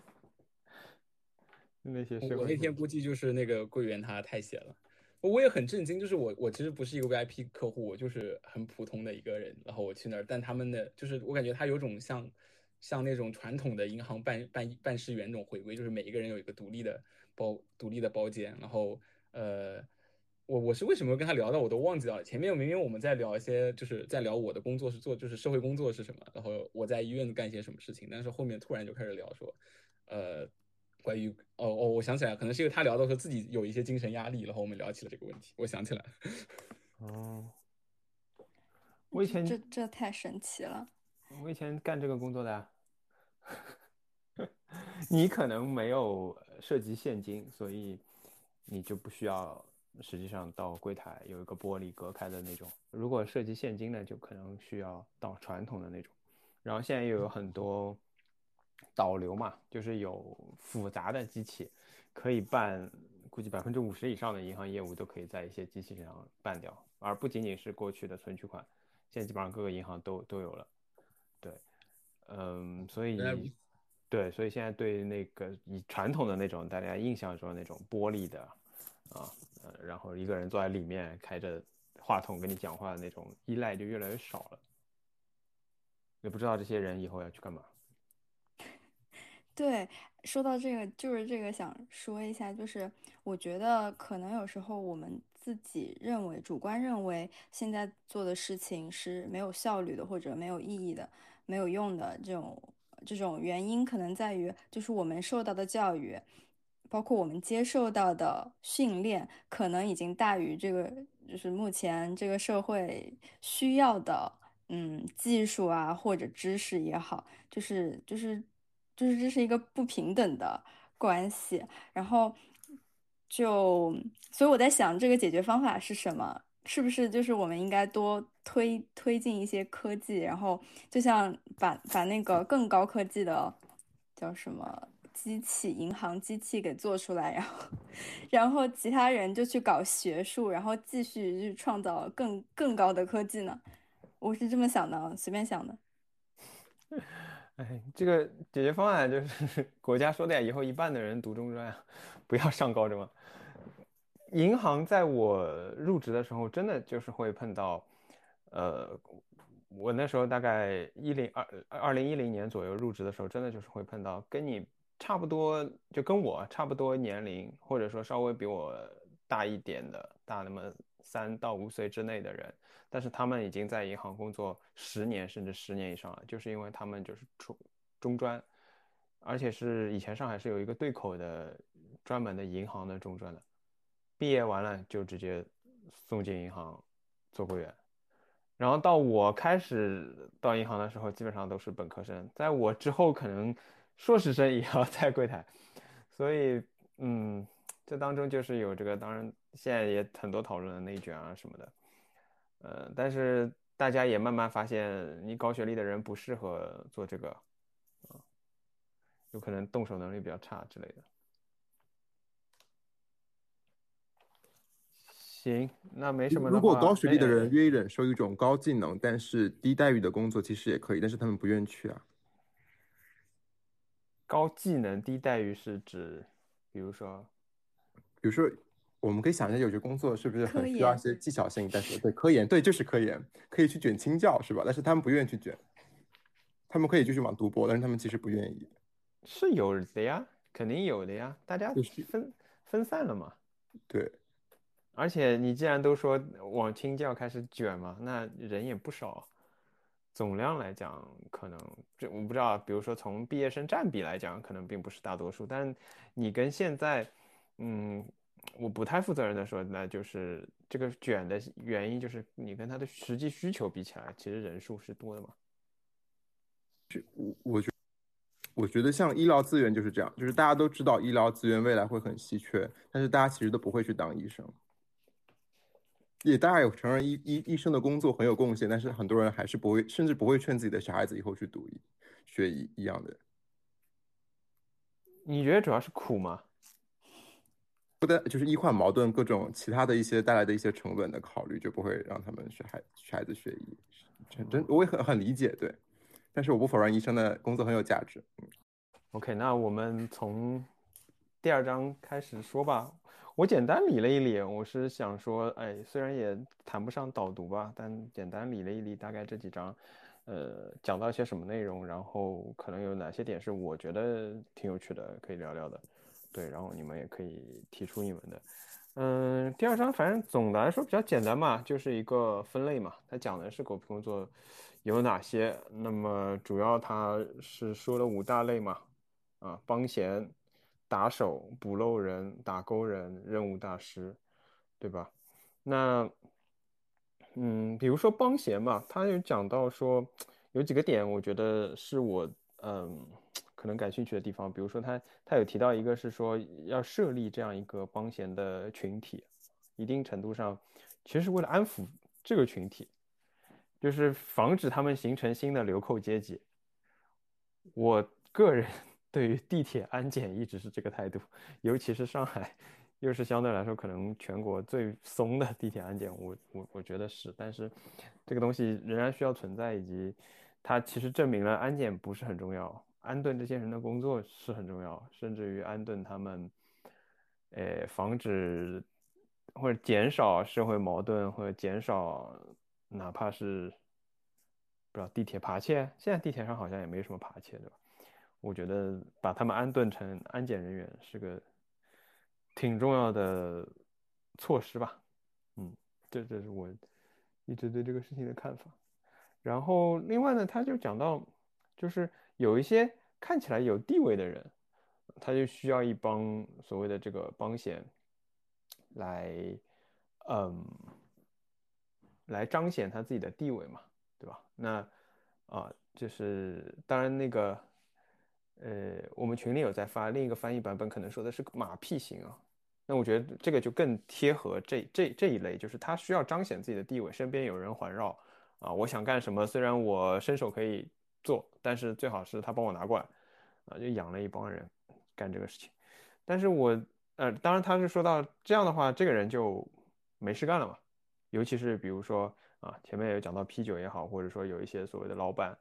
那些我那天估计就是那个柜员他太闲了。我也很震惊，就是我其实不是一个 VIP 客户，我就是很普通的一个人，然后我去那儿，但他们的就是我感觉他有种像那种传统的银行办事员那种回归，就是每一个人有一个独立的包间，然后我是为什么跟他聊到我都忘记了，前面明明我们在聊一些就是在聊我的工作是做就是社会工作是什么，然后我在医院干些什么事情，但是后面突然就开始聊说关于我想起来，可能是因为他聊的时候自己有一些精神压力，然后我们聊起了这个问题，我想起来了。 我以前这太神奇了。 我以前干这个工作的呀。你可能没有涉及现金，所以你就不需要实际上到柜台有一个玻璃隔开的那种。如果涉及现金呢，就可能需要到传统的那种。然后现在又有很多导流嘛，就是有复杂的机器可以办，估计50%以上的银行业务都可以在一些机器上办掉，而不仅仅是过去的存取款，现在基本上各个银行都有了。对，所以现在对那个以传统的那种大家印象中的那种玻璃的然后一个人坐在里面开着话筒跟你讲话的那种依赖就越来越少了。也不知道这些人以后要去干嘛。 对，说到这个，就是这个想说一下，就是我觉得可能有时候我们自己主观认为现在做的事情是没有效率的，或者没有意义的、没有用的，这种原因可能在于，就是我们受到的教育，包括我们接受到的训练，可能已经大于这个就是目前这个社会需要的技术啊或者知识也好，就是这是一个不平等的关系。然后所以我在想这个解决方法是什么？是不是就是我们应该多推进一些科技，然后就像把那个更高科技的叫什么银行机器给做出来，然后其他人就去搞学术，然后继续去创造更高的科技呢？我是这么想的，随便想的。 哎，这个解决方案就是国家说的呀，以后一半的人读中专啊，不要上高中了。银行在我入职的时候，真的就是会碰到，我那时候大概2010年左右入职的时候，真的就是会碰到跟你差不多，就跟我差不多年龄，或者说稍微比我大一点的，大那么3到5岁之内的人，但是他们已经在银行工作10年甚至10年以上了，就是因为他们就是中专，而且是以前上海是有一个对口的专门的银行的中专的。毕业完了就直接送进银行做柜员，然后到我开始到银行的时候，基本上都是本科生，在我之后可能硕士生也要在柜台，所以这当中就是有这个，当然现在也很多讨论的内卷啊什么的，但是大家也慢慢发现，你高学历的人不适合做这个，有可能动手能力比较差之类的。行，那没什么的如果高话， 学历的人愿意忍受一种高技能但是低待遇的工作，其实也可以，但是他们不愿意去啊。 高技能低待遇是指，比如说， 比如说，我们可以想一下，有些工作是不是很科研。 需要一些技巧性，但是对科研，对，就是科研，可以去卷青教，是吧？但是他们不愿意去卷，他们可以继续往读博，但是他们其实不愿意。 是有的呀，肯定有的呀，大家就是分散了嘛。 对， 而且你既然都说往青教开始卷嘛，那人也不少。总量来讲，可能这我不知道，比如说从毕业生占比来讲，可能并不是大多数，但你跟现在，我不太负责任的说，那就是这个卷的原因，就是你跟他的实际需求比起来，其实人数是多的嘛。 我觉得像医疗资源就是这样，就是大家都知道医疗资源未来会很稀缺，但是大家其实都不会去当医生。也大家有承认医生的工作很有贡献，但是很多人还是不会，甚至不会劝自己的小孩子以后去学一样的。 你觉得主要是苦吗？ 不但就是医患矛盾，各种其他的一些带来的一些成本的考虑，就不会让他们孩子学医。我也很理解，对。但是我不否认医生的工作很有价值。 OK，那我们从第二章开始说吧。我简单理了一理，我是想说，哎，虽然也谈不上导读吧，但简单理了一理，大概这几章，讲到一些什么内容，然后可能有哪些点是我觉得挺有趣的，可以聊聊的。对，然后你们也可以提出你们的。第二章反正总的来说比较简单嘛，就是一个分类嘛，它讲的是狗屁工作有哪些，那么主要它是说了5大类嘛。帮闲、打手、捕漏人、打勾人、任务大师，对吧？那比如说帮闲嘛，他有讲到说有几个点，我觉得是我可能感兴趣的地方。比如说他有提到一个是说要设立这样一个帮闲的群体，一定程度上其实是为了安抚这个群体，就是防止他们形成新的流寇阶级。我个人对于地铁安检一直是这个态度，尤其是上海，又是相对来说可能全国最松的地铁安检，我觉得是，但是这个东西仍然需要存在，以及它其实证明了安检不是很重要，安顿这些人的工作是很重要，甚至于安顿他们，防止或者减少社会矛盾，或者减少哪怕是不知道地铁扒窃，现在地铁上好像也没什么扒窃，对吧？我觉得把他们安顿成安检人员是个挺重要的措施吧。这是我一直对这个事情的看法。然后另外呢，他就讲到，就是有一些看起来有地位的人，他就需要一帮所谓的这个帮闲来，来彰显他自己的地位嘛。 对吧？那就是当然那个我们群里有在发另一个翻译版本，可能说的是马屁型啊。那我觉得这个就更贴合这一类，就是他需要彰显自己的地位，身边有人环绕啊，我想干什么，虽然我伸手可以做，但是最好是他帮我拿过来啊，就养了一帮人干这个事情。但是当然他是说到这样的话，这个人就没事干了嘛。尤其是比如说啊，前面有讲到P9也好，或者说有一些所谓的老板，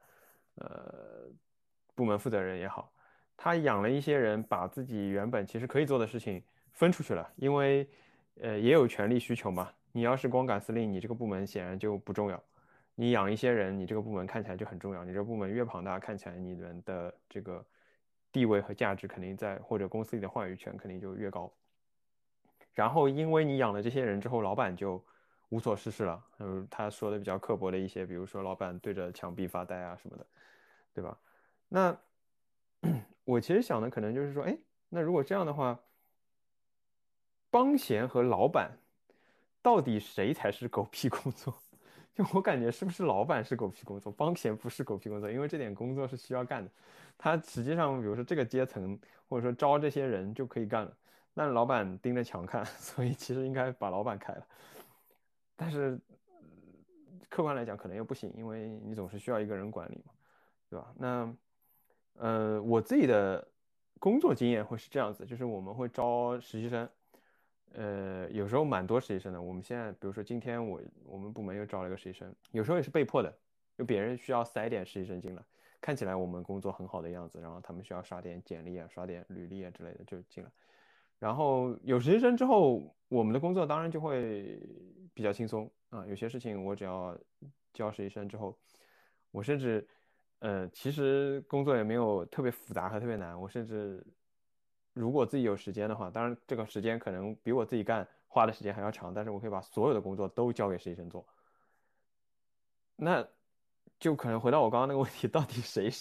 部门负责人也好，他养了一些人，把自己原本其实可以做的事情分出去了，因为也有权力需求嘛。你要是光杆司令，你这个部门显然就不重要。你养一些人，你这个部门看起来就很重要。你这个部门越庞大，看起来你们的这个地位和价值肯定在，或者公司里的话语权肯定就越高。然后因为你养了这些人之后，老板就无所事事了。他说的比较刻薄的一些，比如说老板对着墙壁发呆啊什么的，对吧？那我其实想的可能就是说，哎，那如果这样的话，帮闲和老板到底谁才是狗屁工作？就我感觉是不是老板是狗屁工作，帮闲不是狗屁工作，因为这点工作是需要干的。他实际上，比如说这个阶层或者说招这些人就可以干了，但老板盯着墙看，所以其实应该把老板开了。但是客观来讲可能又不行，因为你总是需要一个人管理嘛，对吧？那我自己的工作经验会是这样子，就是我们会招实习生，有时候蛮多实习生的。我们现在比如说今天我们部门又招了一个实习生，有时候也是被迫的，就别人需要塞点实习生进来，看起来我们工作很好的样子，然后他们需要刷点简历啊、刷点履历啊之类的就进来。然后有实习生之后，我们的工作当然就会比较轻松啊。有些事情我只要教实习生之后，我甚至其实工作也没有特别复杂和特别难。我甚至如果自己有时间的话，当然这个时间可能比我自己干花的时间还要长，但是我可以把所有的工作都交给实习生做。那就可能回到我刚刚那个问题，到底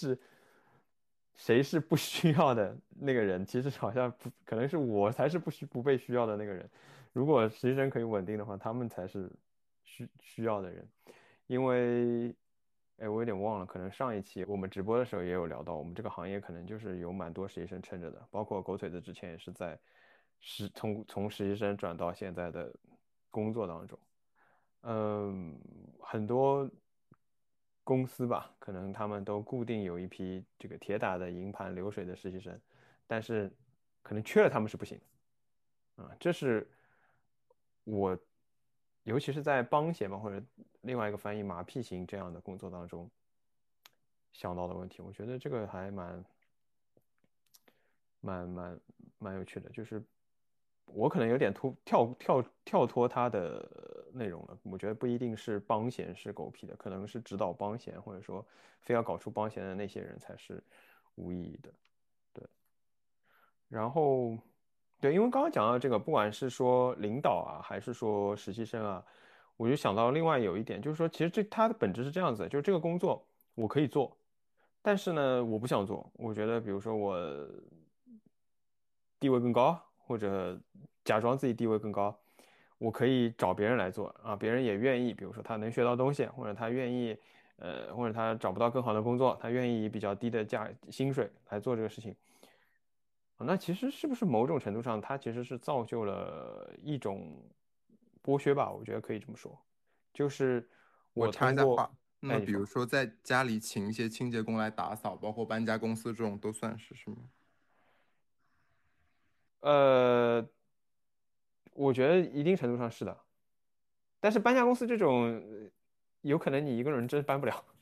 谁是不需要的那个人？其实好像不可能是我才是不被需要的那个人。如果实习生可以稳定的话，他们才是需要的人。因为，哎，我有点忘了，可能上一期我们直播的时候也有聊到，我们这个行业可能就是有蛮多实习生撑着的，包括狗腿子之前也是在从实习生转到现在的工作当中。很多公司吧，可能他们都固定有一批这个铁打的营盘流水的实习生，但是可能缺了他们是不行的啊。这是我尤其是在帮闲嘛，或者另外一个翻译马屁型这样的工作当中想到的问题。我觉得这个还蛮有趣的，就是我可能有点跳脱它的内容了。我觉得不一定是帮闲是狗屁的，可能是指导帮闲，或者说非要搞出帮闲的那些人才是无意义的。对，然后对，因为刚刚讲到这个，不管是说领导啊，还是说实习生啊，我就想到另外有一点，就是说其实它的本质是这样子，就是这个工作我可以做，但是呢，我不想做。我觉得，比如说我地位更高，或者假装自己地位更高，我可以找别人来做啊，别人也愿意。比如说他能学到东西，或者他愿意，或者他找不到更好的工作，他愿意以比较低的薪水来做这个事情。那其实是不是某种程度上，它其实是造就了一种剥削吧？我觉得可以这么说，就是我插一通过， 下话，那哎，你说。 么比如说在家里请一些清洁工来打扫，包括搬家公司这种都算是吗？ 呃，我觉得一定程度上是的，但是搬家公司这种，有可能你一个人真搬不了，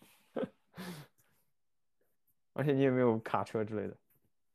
而且你也没有卡车之类的。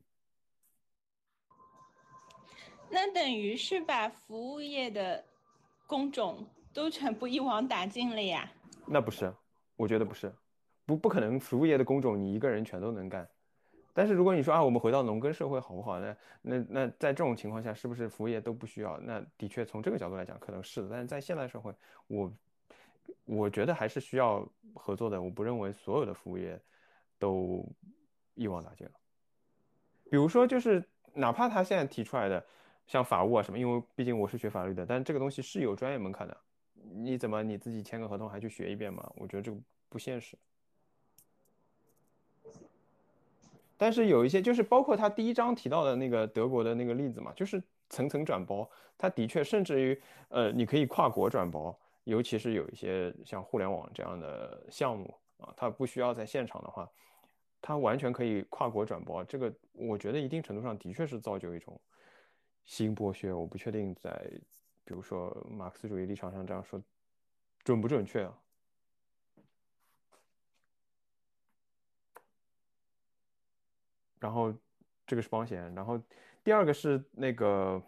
那等于是把服务业的工种都全部一网打尽了呀？ 那不是，我觉得不是，不可能，服务业的工种你一个人全都能干。但是如果你说啊，我们回到农耕社会好不好？那在这种情况下，是不是服务业都不需要？那的确从这个角度来讲，可能是的。但是在现代社会，我觉得还是需要合作的。我不认为所有的服务业都一网打尽了。比如说，就是哪怕他现在提出来的像法务啊什么，因为毕竟我是学法律的，但这个东西是有专业门槛的。你怎么你自己签个合同还去学一遍吗？我觉得这个不现实。但是有一些就是包括他第一章提到的那个德国的那个例子嘛，就是层层转包，他的确甚至于你可以跨国转包，尤其是有一些像互联网这样的项目啊，它不需要在现场的话，它完全可以跨国转包。这个我觉得一定程度上的确是造就一种新剥削。我不确定在比如说马克思主义立场上这样说准不准确啊？然后这个是保险，然后第二个是那个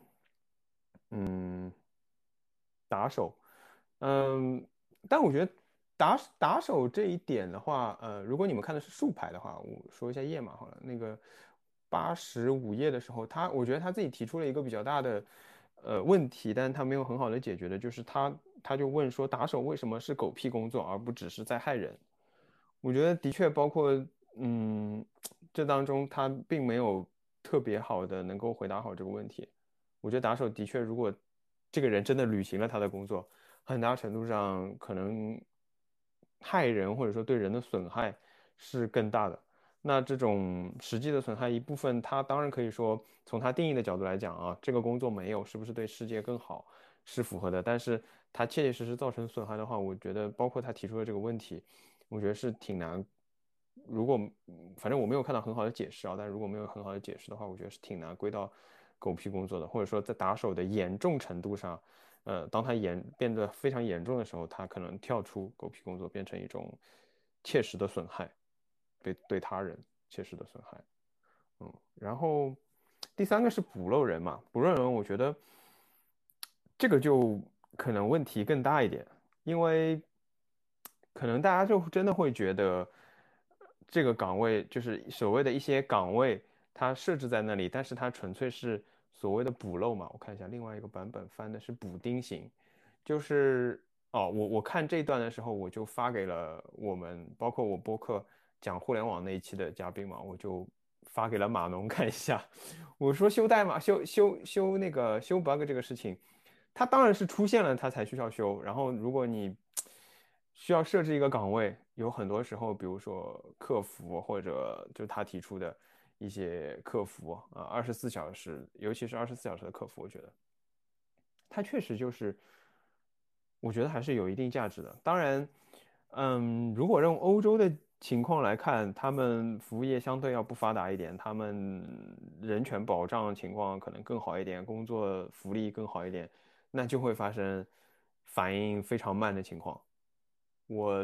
打手，但我觉得打手这一点的话，如果你们看的是竖排的话，我说一下页码好了。那个85页的时候，我觉得他自己提出了一个比较大的问题，但是他没有很好的解决的，就是他就问说打手为什么是狗屁工作，而不只是在害人？我觉得的确包括这当中他并没有特别好的能够回答好这个问题。我觉得打手的确，如果这个人真的履行了他的工作，很大程度上可能害人或者说对人的损害是更大的。那这种实际的损害一部分，他当然可以说从他定义的角度来讲啊，这个工作没有是不是对世界更好是符合的，但是他切切实实造成损害的话，我觉得包括他提出的这个问题，我觉得是挺难。如果反正我没有看到很好的解释啊，但如果没有很好的解释的话，我觉得是挺难归到狗屁工作的，或者说在打手的严重程度上，当他变得非常严重的时候，他可能跳出狗屁工作，变成一种切实的损害，对他人切实的损害。然后第三个是补漏人嘛，补漏人，我觉得这个就可能问题更大一点，因为可能大家就真的会觉得这个岗位就是所谓的一些岗位，它设置在那里，但是它纯粹是所谓的补漏嘛。我看一下另外一个版本翻的是补丁型，就是我看这段的时候，我就发给了我们，包括我播客讲互联网那一期的嘉宾嘛，我就发给了码农看一下。我说修代码修那个修 bug 这个事情，它当然是出现了它才需要修。然后如果你需要设置一个岗位，有很多时候，比如说客服或者就是他提出的一些客服啊，24小时，尤其是24小时的客服，我觉得它确实就是，我觉得还是有一定价值的。当然，如果用欧洲的情况来看，他们服务业相对要不发达一点，他们人权保障情况可能更好一点，工作福利更好一点，那就会发生反应非常慢的情况。我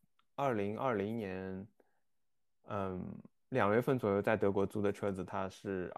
2020年，2月份左右在德国租的车子，它是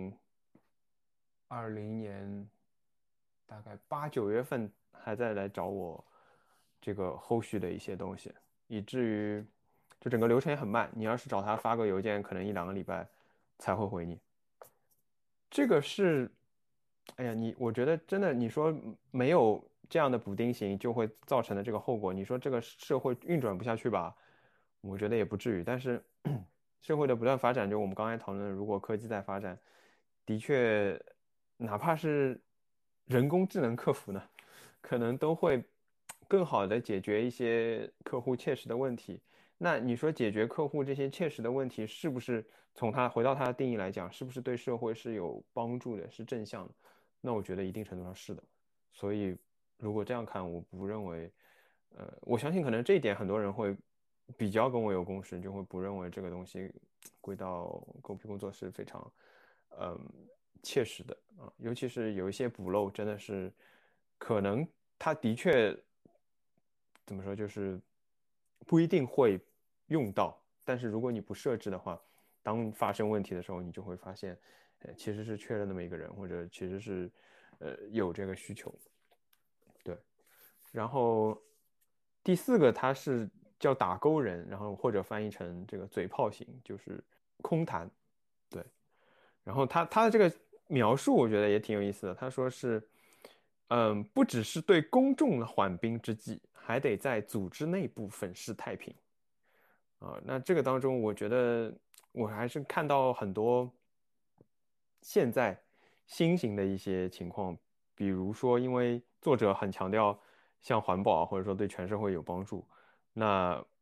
2020年大概8、9月份还在来找我这个后续的一些东西，以至于就整个流程也很慢。你要是找他发个邮件，可能1、2个礼拜才会回你。这个是，哎呀，我觉得真的，你说没有这样的补丁型，就会造成的这个后果，你说这个社会运转不下去吧？我觉得也不至于。但是社会的不断发展，就我们刚才讨论的，如果科技在发展，的确，哪怕是人工智能客服呢，可能都会更好的解决一些客户切实的问题。那你说解决客户这些切实的问题，是不是回到它的定义来讲，是不是对社会是有帮助的，是正向的？那我觉得一定程度上是的。所以如果这样看，我不认为，我相信可能这一点很多人会比较跟我有共识，就会不认为这个东西归到狗屁工作是非常，切实的啊。尤其是有一些补漏，真的是可能它的确怎么说，就是不一定会用到，但是如果你不设置的话，当发生问题的时候，你就会发现，其实是缺了那么一个人，或者其实是有这个需求。对，然后第四个它是叫打勾人，然后或者翻译成这个嘴炮型，就是空谈。对，然后他的这个描述我觉得也挺有意思的，他说是，不只是对公众的缓兵之计，还得在组织内部粉饰太平。那这个当中，我觉得我还是看到很多现在新型的一些情况，比如说，因为作者很强调像环保或者说对全社会有帮助，那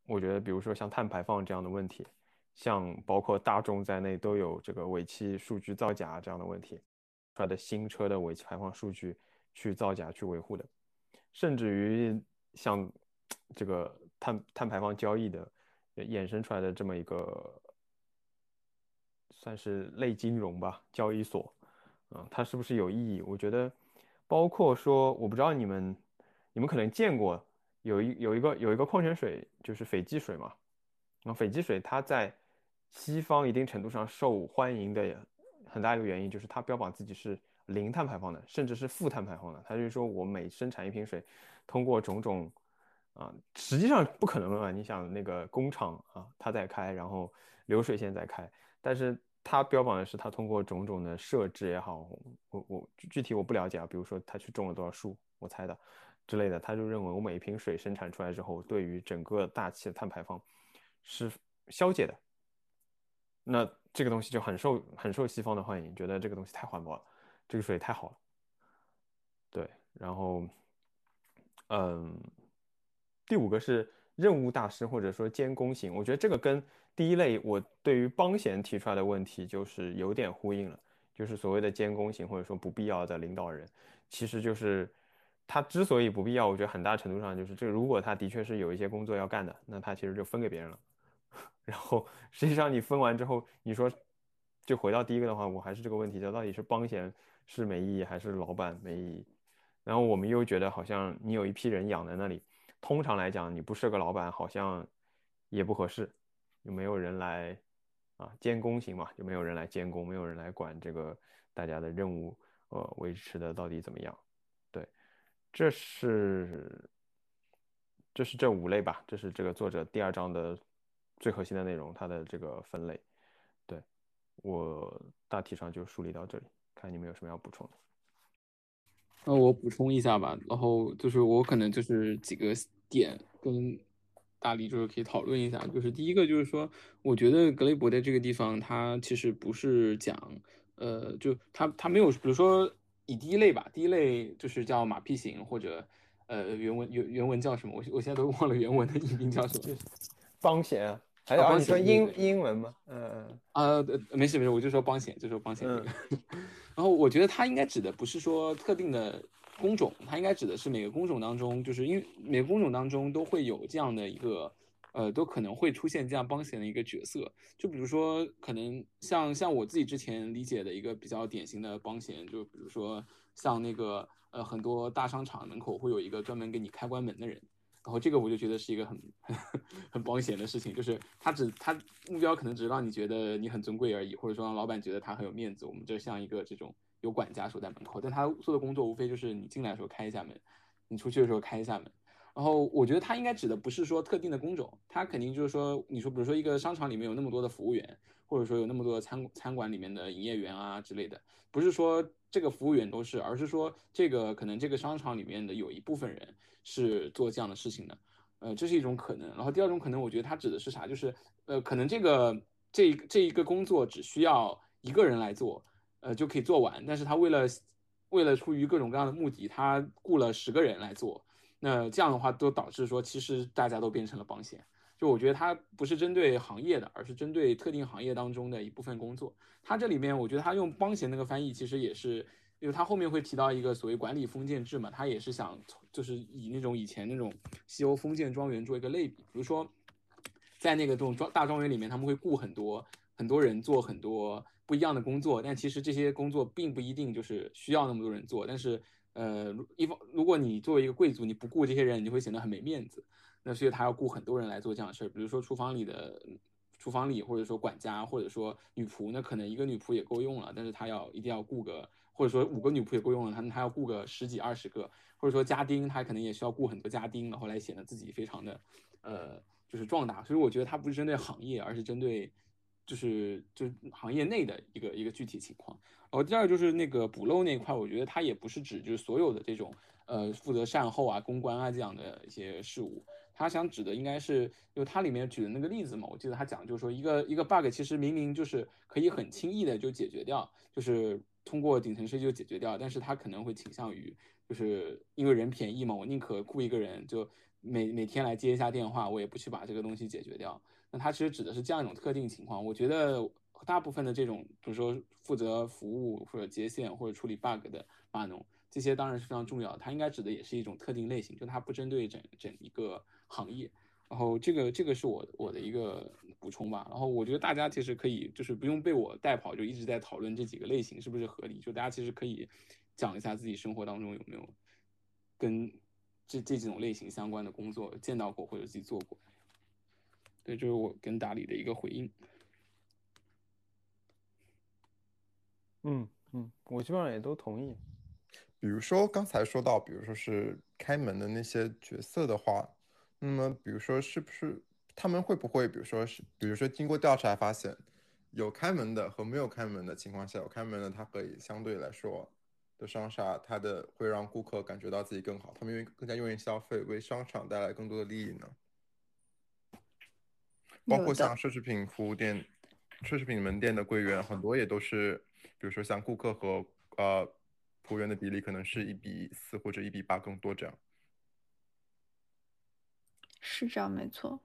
我觉得比如说像碳排放这样的问题，像包括大众在内都有这个尾气数据造假这样的问题，出来的新车的尾气排放数据去造假去维护的，甚至于像这个碳排放交易的衍生出来的这么一个算是类金融吧，交易所，它是不是有意义？我觉得，包括说，我不知道你们可能见过有一个矿泉水，就是斐济水嘛。那斐济水它在西方一定程度上受欢迎的很大一个原因就是它标榜自己是零碳排放的，甚至是负碳排放的。它就是说我每生产一瓶水，通过种种实际上不可能嘛。你想那个工厂它在开，然后流水线在开，但是它标榜的是它通过种种的设置也好，我具体我不了解啊，比如说他去种了多少树，我猜的之类的，他就认为我每一瓶水生产出来之后，对于整个大气的碳排放是消解的。那这个东西就很受西方的欢迎，觉得这个东西太环保了，这个水太好了。对，然后第五个是任务大师或者说监工型，我觉得这个跟第一类我对于帮闲提出来的问题就是有点呼应了，就是所谓的监工型或者说不必要的领导人，其实就是他之所以不必要，我觉得很大程度上就是这个，如果他的确是有一些工作要干的，那他其实就分给别人了。然后实际上你分完之后，你说就回到第一个的话，我还是这个问题，就到底是帮闲是没意义还是老板没意义？然后我们又觉得好像你有一批人养在那里，通常来讲你不是个老板好像也不合适，有没有人来监工型嘛，就没有人来监工，没有人来管这个大家的任务维持的到底怎么样。对，这是这五类吧，这是这个作者第二章的最核心的内容，它的这个分类。对，我大体上就梳理到这里，看你们有什么要补充的。 那我补充一下吧，然后就是我可能就是几个点跟大力就是可以讨论一下，就是第一个就是说，我觉得格雷伯的这个地方，它其实不是讲，就它没有，比如说以第一类吧，第一类就是叫马屁型或者原文叫什么，我现在都忘了原文的译名叫什么， 帮闲啊，还有你说英文吗？ 没事没事，我就说帮闲，就说帮闲这个。然后我觉得它应该指的不是说特定的工种，它应该指的是每个工种当中，就是因为每个工种当中都会有这样的一个，都可能会出现这样帮闲的一个角色。就比如说，可能像我自己之前理解的一个比较典型的帮闲，就比如说像那个很多大商场门口会有一个专门给你开关门的人。然后这个我就觉得是一个很帮闲的事情，就是他目标可能只是让你觉得你很尊贵而已，或者说让老板觉得他很有面子，我们就像一个这种有管家守在门口，但他做的工作无非就是你进来的时候开一下门，你出去的时候开一下门。然后我觉得他应该指的不是说特定的工种，他肯定就是说，你说比如说一个商场里面有那么多的服务员，或者说有那么多的餐馆里面的营业员啊之类的，不是说这个服务员都是，而是说可能这个商场里面的有一部分人是做这样的事情的，这是一种可能。然后第二种可能，我觉得它指的是啥？就是可能这一个工作只需要一个人来做，就可以做完，但是他为了出于各种各样的目的，他雇了10个人来做，那这样的话都导致说，其实大家都变成了帮闲。就我觉得它不是针对行业的，而是针对特定行业当中的一部分工作。它这里面我觉得它用帮闲那个翻译，其实也是因为它后面会提到一个所谓管理封建制嘛，它也是想就是以那种以前那种西欧封建庄园做一个类比，比如说在那个这种大庄园里面，他们会雇很多人做很多不一样的工作，但其实这些工作并不一定就是需要那么多人做，但是如果你作为一个贵族，你不雇这些人，你就会显得很没面子。那所以他要雇很多人来做这样的事儿，比如说厨房里，或者说管家，或者说女仆，那可能一个女仆也够用了，但是他一定要雇个，或者说5个女仆也够用了，他要雇个10几20个，或者说家丁，他可能也需要雇很多家丁，然后来显得自己非常的就是壮大。所以我觉得它不是针对行业，而是针对就是行业内的一个具体情况。然后第二就是那个补漏那一块，我觉得它也不是指就是所有的这种负责善后啊、公关啊这样的一些事务，他想指的应该是，就他里面举的那个例子嘛，我记得他讲就是说一个 bug 其实明明就是可以很轻易的就解决掉，就是通过顶层设计就解决掉，但是他可能会倾向于就是因为人便宜嘛，我宁可雇一个人就每天来接一下电话，我也不去把这个东西解决掉。那它其实指的是这样一种特定情况。我觉得大部分的这种，比如说负责服务或者接线或者处理 bug 的码农，这些当然是非常重要的。它应该指的也是一种特定类型，就它不针对整一个行业。然后这个是我的一个补充吧。然后我觉得大家其实可以就是不用被我带跑，就一直在讨论这几个类型是不是合理。就大家其实可以讲一下自己生活当中有没有跟这几种类型相关的工作见到过或者自己做过。对，这是我跟达里的一个回应。 我基本上也都同意。 比如说刚才说到，比如说是开门的那些角色的话，那么比如说是不是他们会不会，比如说经过调查发现，有开门的和没有开门的情况下，有开门的它可以相对来说的商厦，它的会让顾客感觉到自己更好，他们更加愿意消费，为商场带来更多的利益呢？包括像奢侈品服务店、奢侈品门店的柜员，很多也都是，比如说像顾客和服务员的比例可能是1:4或者1:8更多这样。 是这样，没错。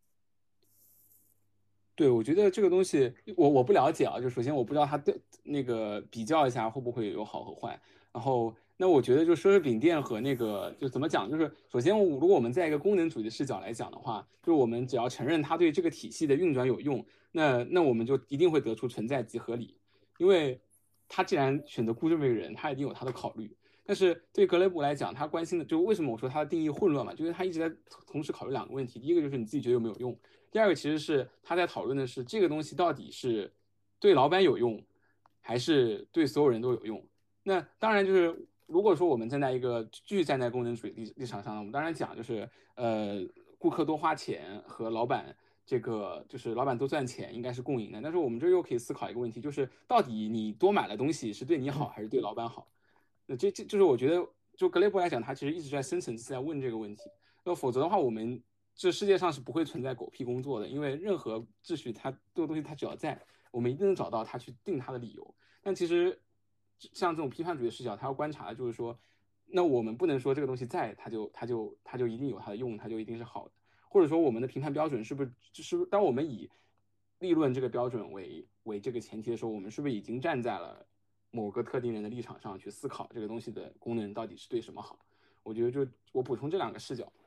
对，我觉得这个东西我不了解啊，就首先我不知道它的那个比较一下会不会有好和坏，然后那我觉得就奢侈品店和那个就怎么讲，就是首先如果我们在一个功能主义的视角来讲的话，就是我们只要承认它对这个体系的运转有用，那我们就一定会得出存在即合理，因为他既然选择雇这么一个人，他一定有他的考虑。但是对格雷布来讲，他关心的就为什么我说他的定义混乱嘛，就是他一直在同时考虑两个问题，第一个就是你自己觉得有没有用。第二个其实是他在讨论的是这个东西到底是对老板有用，还是对所有人都有用。那当然就是如果说我们站在一个继续站在功能主义立场上，我们当然讲就是顾客多花钱和老板这个就是老板多赚钱应该是共赢的。但是我们这又可以思考一个问题，就是到底你多买了东西是对你好还是对老板好？那这就是我觉得就格雷伯来讲，他其实一直在深层次在问这个问题。那否则的话，我们这世界上是不会存在狗屁工作的，因为任何秩序它这个东西它只要在，我们一定能找到它去定它的理由。但其实像这种批判主义视角，它要观察的就是说，那我们不能说这个东西在，它就一定有它的用，它就一定是好的，或者说我们的评判标准是不是就是当我们以利润这个标准为这个前提的时候，我们是不是已经站在了某个特定人的立场上去思考这个东西的功能到底是对什么好？我觉得就我补充这两个视角。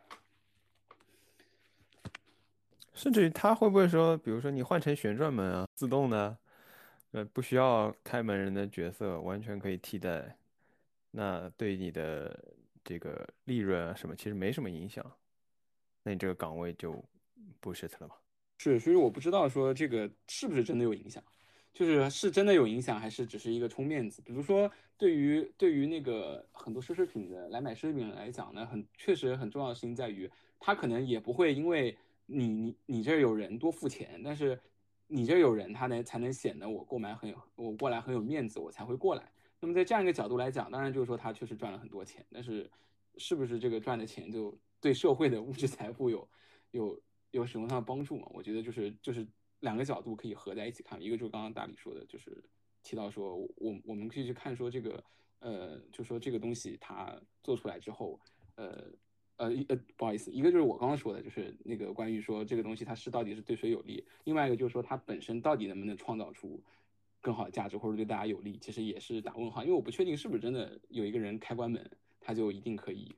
甚至于他会不会说，比如说你换成旋转门啊，自动的，不需要开门人的角色，完全可以替代，那对你的这个利润啊什么其实没什么影响，那你这个岗位就不是了嘛？ 是，所以我不知道说这个是不是真的有影响，是真的有影响，还是只是一个充面子？比如说，对于那个很多奢侈品的来买奢侈品来讲呢，确实很重要的事情在于，他可能也不会因为你这儿有人多付钱，但是你这儿有人，才能显得我过来很有面子，我才会过来。那么在这样一个角度来讲，当然就是说他确实赚了很多钱，但是是不是这个赚的钱就对社会的物质财富有使用上的帮助嘛？我觉得就是两个角度可以合在一起看，一个就是刚刚大理说的，就是提到说我们可以去看说这个就说这个东西它做出来之后，不好意思，一个就是我刚刚说的，就是那个关于说这个东西它到底是对谁有利，另外一个就是说它本身到底能不能创造出更好的价值或者对大家有利，其实也是打问号，因为我不确定是不是真的有一个人开关门，他就一定可以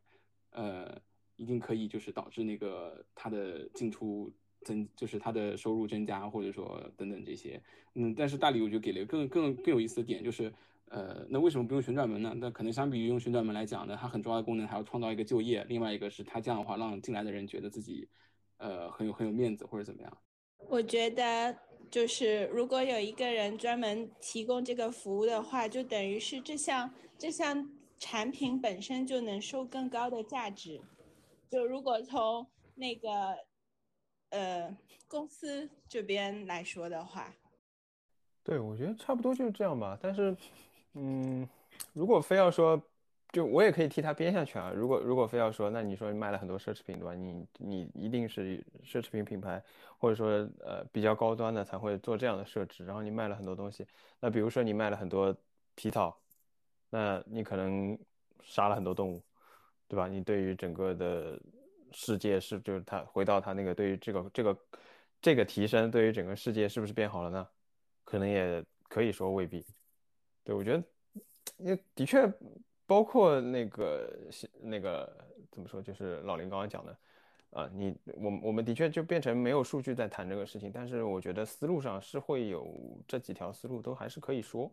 就是导致那个他的进出就是他的收入增加，或者说等等这些。但是大理我觉得给了更有意思的点，就是那为什么不用旋转门呢？那可能相比于用旋转门来讲呢，它很重要的功能还要创造一个就业，另外一个是它这样的话让进来的人觉得自己很有面子或者怎么样。 我觉得就是如果有一个人专门提供这个服务的话，就等于是这项产品本身就能收更高的价值。就如果从那个公司这边来说的话， 对，我觉得差不多就是这样吧。但是，如果非要说，就我也可以替他编下去啊。如果非要说，那你说卖了很多奢侈品，对吧？你一定是奢侈品品牌，或者说比较高端的才会做这样的设置。然后你卖了很多东西，那比如说你卖了很多皮草，那你可能杀了很多动物，对吧？你对于整个的世界就是他回到他那个对于这个提升对于整个世界是不是变好了呢？可能也可以说未必。对，我觉得也的确包括那个怎么说，就是老林刚刚讲的。我们的确就变成没有数据在谈这个事情，但是我觉得思路上是会有这几条思路都还是可以说。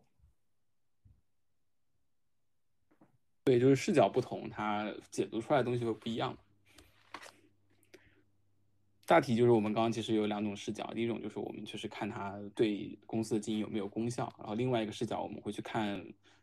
对，就是视角不同，它解读出来的东西会不一样。大体就是我们刚刚其实有两种视角，第一种就是我们就是看它对公司的经营有没有功效，然后另外一个视角我们会去看，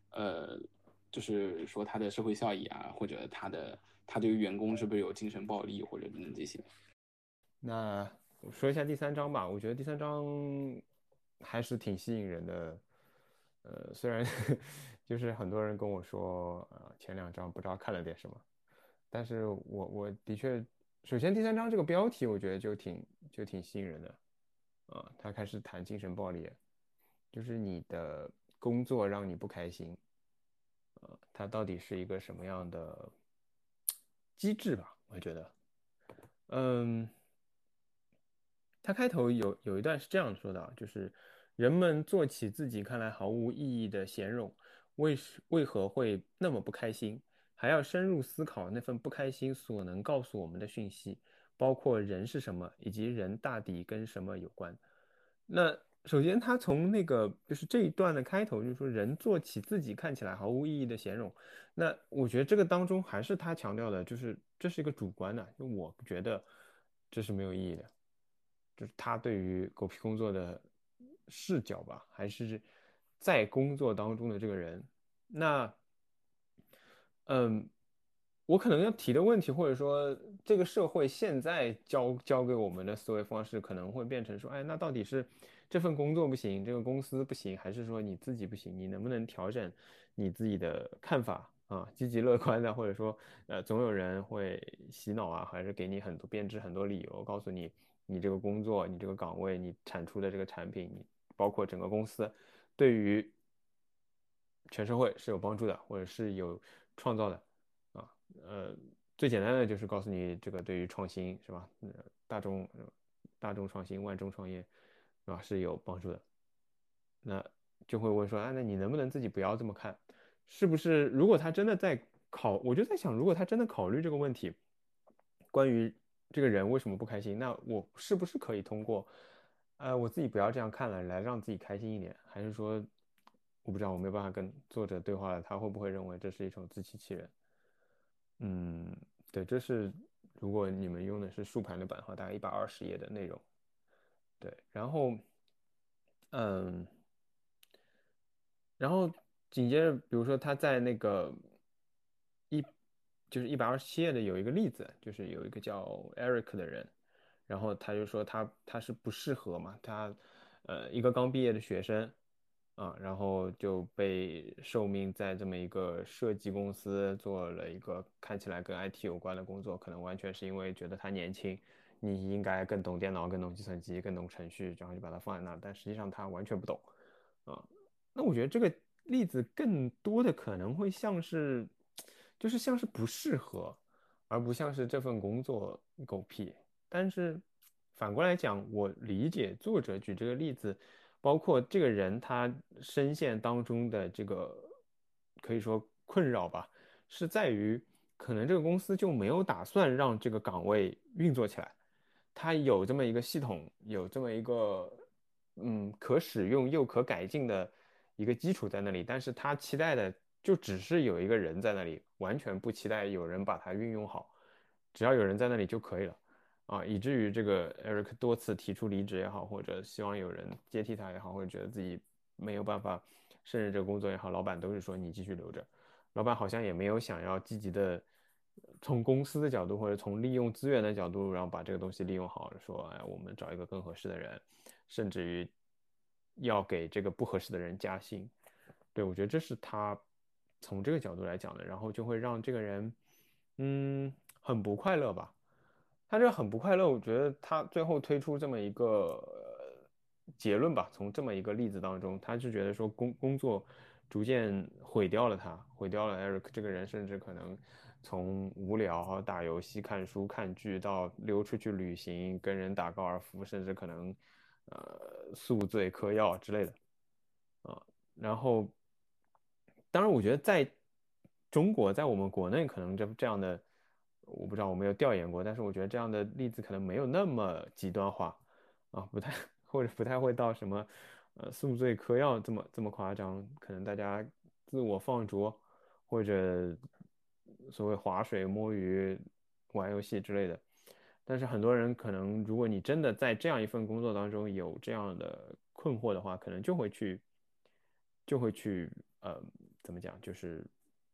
就是说它的社会效益啊，或者它对于员工是不是有精神暴力或者等等这些。 那我说一下第三章吧，我觉得第三章还是挺吸引人的。虽然就是很多人跟我说，前两章不知道看了点什么，但是我的确，首先第三章这个标题我觉得就挺吸引人的。他开始谈精神暴力，就是你的工作让你不开心，它到底是一个什么样的机制吧？我觉得，他开头有一段是这样说的啊，就是人们做起自己看来毫无意义的闲冗，为何会那么不开心？还要深入思考那份不开心所能告诉我们的讯息，包括人是什么，以及人大抵跟什么有关。那首先，他从那个就是这一段的开头，就是说人做起自己看起来毫无意义的闲冗。那我觉得这个当中还是他强调的，就是这是一个主观的，就我觉得这是没有意义的。就是他对于狗屁工作的视角吧，还是在工作当中的这个人。那，我可能要提的问题，或者说这个社会现在教给我们的思维方式，可能会变成说，哎，那到底是这份工作不行，这个公司不行，还是说你自己不行？你能不能调整你自己的看法啊？积极乐观的，或者说，总有人会洗脑啊，还是给你很多编织很多理由，告诉你你这个工作、你这个岗位、你产出的这个产品，你包括整个公司，对于全社会是有帮助的，或者是有创造的。啊，最简单的就是告诉你这个对于创新是吧？大众创新，万众创业，是吧？是有帮助的。那就会问说，那你能不能自己不要这么看？是不是？如果他真的在我就在想，如果他真的考虑这个问题，关于这个人为什么不开心，那我是不是可以通过，我自己不要这样看了，来让自己开心一点？还是说，我不知道，我没有办法跟作者对话了，他会不会认为这是一种自欺欺人？对，这是如果你们用的是竖排的版的话，大概120页的内容。对，嗯，然后紧接着，比如说他在那个一就是127页的有一个例子，就是有一个叫 Eric 的人，然后他就说他是不适合嘛，他一个刚毕业的学生。然后就被受命在这么一个设计公司做了一个看起来跟 IT 有关的工作，可能完全是因为觉得他年轻，你应该更懂电脑、更懂计算机、更懂程序，然后就把他放在那，但实际上他完全不懂。啊，那我觉得这个例子更多的可能会像是，就是像是不适合，而不像是这份工作狗屁。但是反过来讲，我理解作者举这个例子，包括这个人他深陷当中的这个可以说困扰吧，是在于可能这个公司就没有打算让这个岗位运作起来，它有这么一个系统，有这么一个可使用又可改进的一个基础在那里，但是他期待的就只是有一个人在那里，完全不期待有人把它运用好，只要有人在那里就可以了。以至于这个 Eric 多次提出离职也好，或者希望有人接替他也好，或者觉得自己没有办法胜任这个工作也好，老板都是说你继续留着。老板好像也没有想要积极的从公司的角度或者从利用资源的角度，然后把这个东西利用好，说哎，我们找一个更合适的人，甚至于要给这个不合适的人加薪。对，我觉得这是他从这个角度来讲的，然后就会让这个人很不快乐吧。他这很不快乐，我觉得他最后推出这么一个结论吧，从这么一个例子当中，他是觉得说工作逐渐毁掉了他，毁掉了 Eric 这个人，甚至可能从无聊打游戏、看书、看剧到溜出去旅行、跟人打高尔夫，甚至可能宿醉、嗑药之类的然后，当然，我觉得在中国，在我们国内，可能这样的，我不知道，我没有调研过，但是我觉得这样的例子可能没有那么极端化不太或者不太会到什么宿醉嗑药这么夸张，可能大家自我放逐或者所谓划水、摸鱼、玩游戏之类的。但是很多人可能，如果你真的在这样一份工作当中有这样的困惑的话，可能就会去怎么讲，就是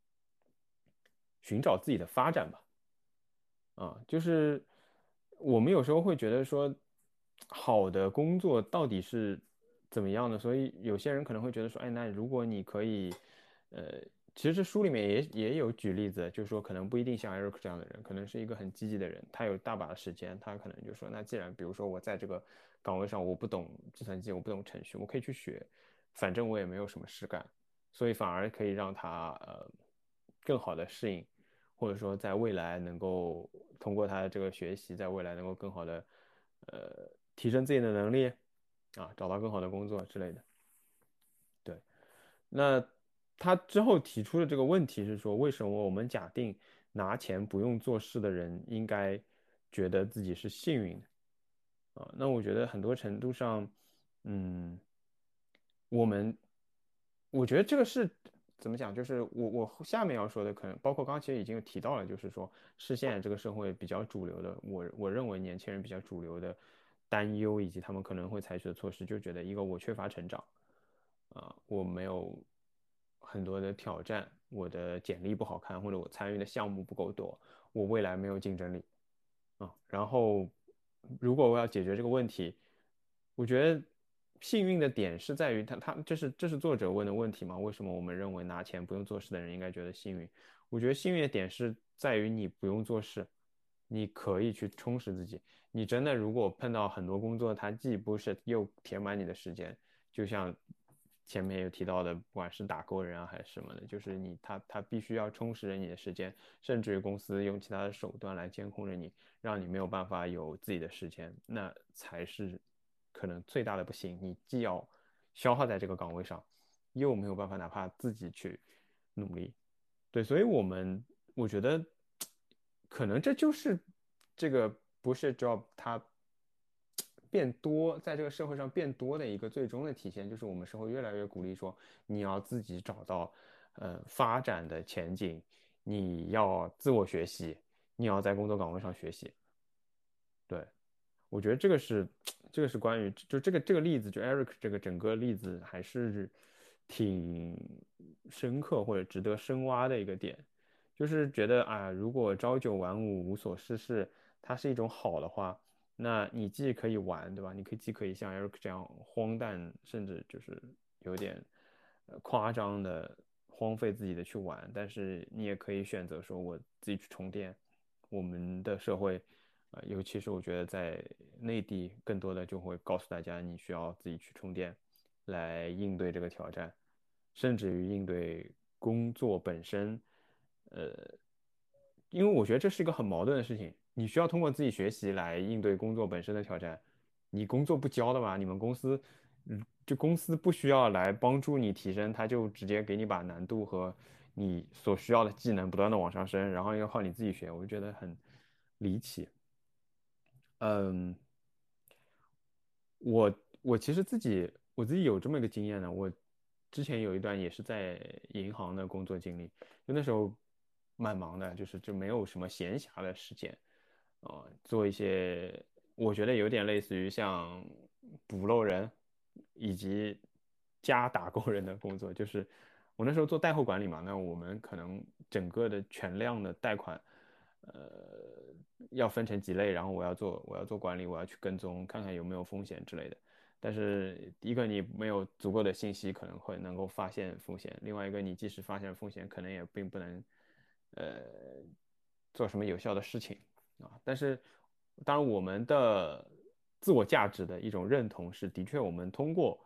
寻找自己的发展吧。就是我们有时候会觉得说，好的工作到底是怎么样的？所以有些人可能会觉得说，哎，那如果你可以，其实这书里面也有举例子，就是说可能不一定像 Eric 这样的人，可能是一个很积极的人，他有大把的时间，他可能就说，那既然比如说我在这个岗位上，我不懂计算机，我不懂程序，我可以去学，反正我也没有什么事干，所以反而可以让他更好的适应。或者说在未来能够通过他的这个学习，在未来能够更好的提升自己的能力找到更好的工作之类的。对，那他之后提出的这个问题是说，为什么我们假定拿钱不用做事的人应该觉得自己是幸运的那我觉得很多程度上，嗯，我们我觉得这个是怎么讲？就是我下面要说的，可能包括刚刚其实已经有提到了，就是说是现在这个社会比较主流的，我认为年轻人比较主流的担忧，以及他们可能会采取的措施，就觉得一个我缺乏成长我没有很多的挑战，我的简历不好看，或者我参与的项目不够多，我未来没有竞争力然后如果我要解决这个问题，我觉得幸运的点是在于他这是作者问的问题吗？为什么我们认为拿钱不用做事的人应该觉得幸运？我觉得幸运的点是在于你不用做事，你可以去充实自己。你真的如果碰到很多工作，它既不是又填满你的时间，就像前面有提到的，不管是打勾人还是什么的，就是他必须要充实着你的时间，甚至于公司用其他的手段来监控着你，让你没有办法有自己的时间，那才是可能最大的不幸。你既要消耗在这个岗位上，又没有办法哪怕自己去努力。对，所以我觉得可能这就是这个不是 job 它变多，在这个社会上变多的一个最终的体现，就是我们社会越来越鼓励说，你要自己找到发展的前景，你要自我学习，你要在工作岗位上学习。对，我觉得这个是关于就这个例子，就 Eric 这个整个例子还是挺深刻或者值得深挖的一个点，就是觉得如果朝九晚五无所事事，它是一种好的话，那你既可以玩，对吧？既可以像 Eric 这样荒诞，甚至就是有点夸张的荒废自己的去玩，但是你也可以选择说我自己去充电。我们的社会尤其是我觉得在内地，更多的就会告诉大家，你需要自己去充电，来应对这个挑战，甚至于应对工作本身。呃，因为我觉得这是一个很矛盾的事情，你需要通过自己学习来应对工作本身的挑战。你工作不教的嘛，你们公司，就公司不需要来帮助你提升，他就直接给你把难度和你所需要的技能不断的往上升，然后要靠你自己学，我就觉得很离奇。嗯，我其实我自己有这么一个经验呢，我之前有一段也是在银行的工作经历，就那时候蛮忙的，就没有什么闲暇的时间做一些我觉得有点类似于像捕漏人以及加打工人的工作，就是我那时候做贷后管理嘛，那我们可能整个的全量的贷款。要分成几类，然后我要做管理，我要去跟踪，看看有没有风险之类的。但是一个你没有足够的信息，可能会能够发现风险；另外一个你即使发现风险，可能也并不能呃做什么有效的事情但是当然我们的自我价值的一种认同是，的确我们通过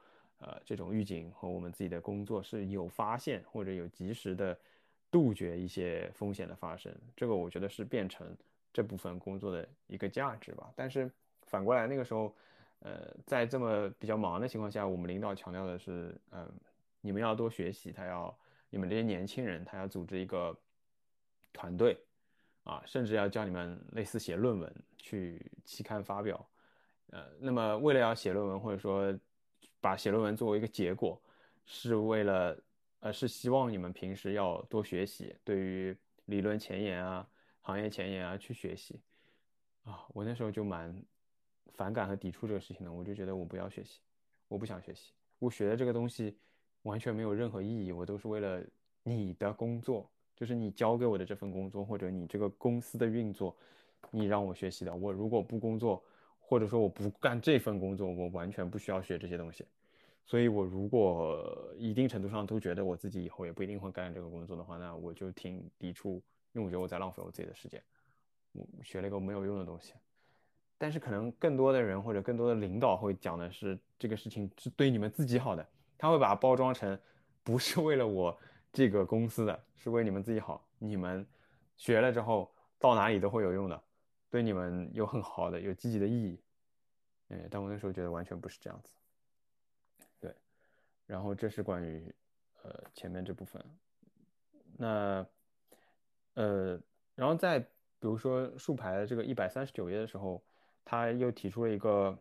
这种预警和我们自己的工作是有发现或者有及时的杜绝一些风险的发生，这个我觉得是变成这部分工作的一个价值吧。但是反过来那个时候，在这么比较忙的情况下，我们领导强调的是，你们要多学习，你们这些年轻人，他要组织一个团队啊，甚至要叫你们类似写论文去期刊发表。那么为了要写论文，或者说把写论文作为一个结果，是为了是希望你们平时要多学习，对于理论前沿啊、行业前沿啊去学习啊。我那时候就蛮反感和抵触这个事情的，我就觉得我不要学习，我不想学习，我学的这个东西完全没有任何意义，我都是为了你的工作，就是你交给我的这份工作，或者你这个公司的运作，你让我学习的。我如果不工作，或者说我不干这份工作，我完全不需要学这些东西。所以我如果一定程度上都觉得我自己以后也不一定会干这个工作的话，那我就挺抵触，因为我觉得我在浪费我自己的时间，我学了一个没有用的东西。但是可能更多的人或者更多的领导会讲的是这个事情是对你们自己好的，他会把它包装成不是为了我这个公司的，是为你们自己好，你们学了之后到哪里都会有用的，对你们有很好的有积极的意义。但我那时候觉得完全不是这样子。对，然后这是关于前面这部分。那然后在比如说竖排的这个139页的时候，他又提出了一个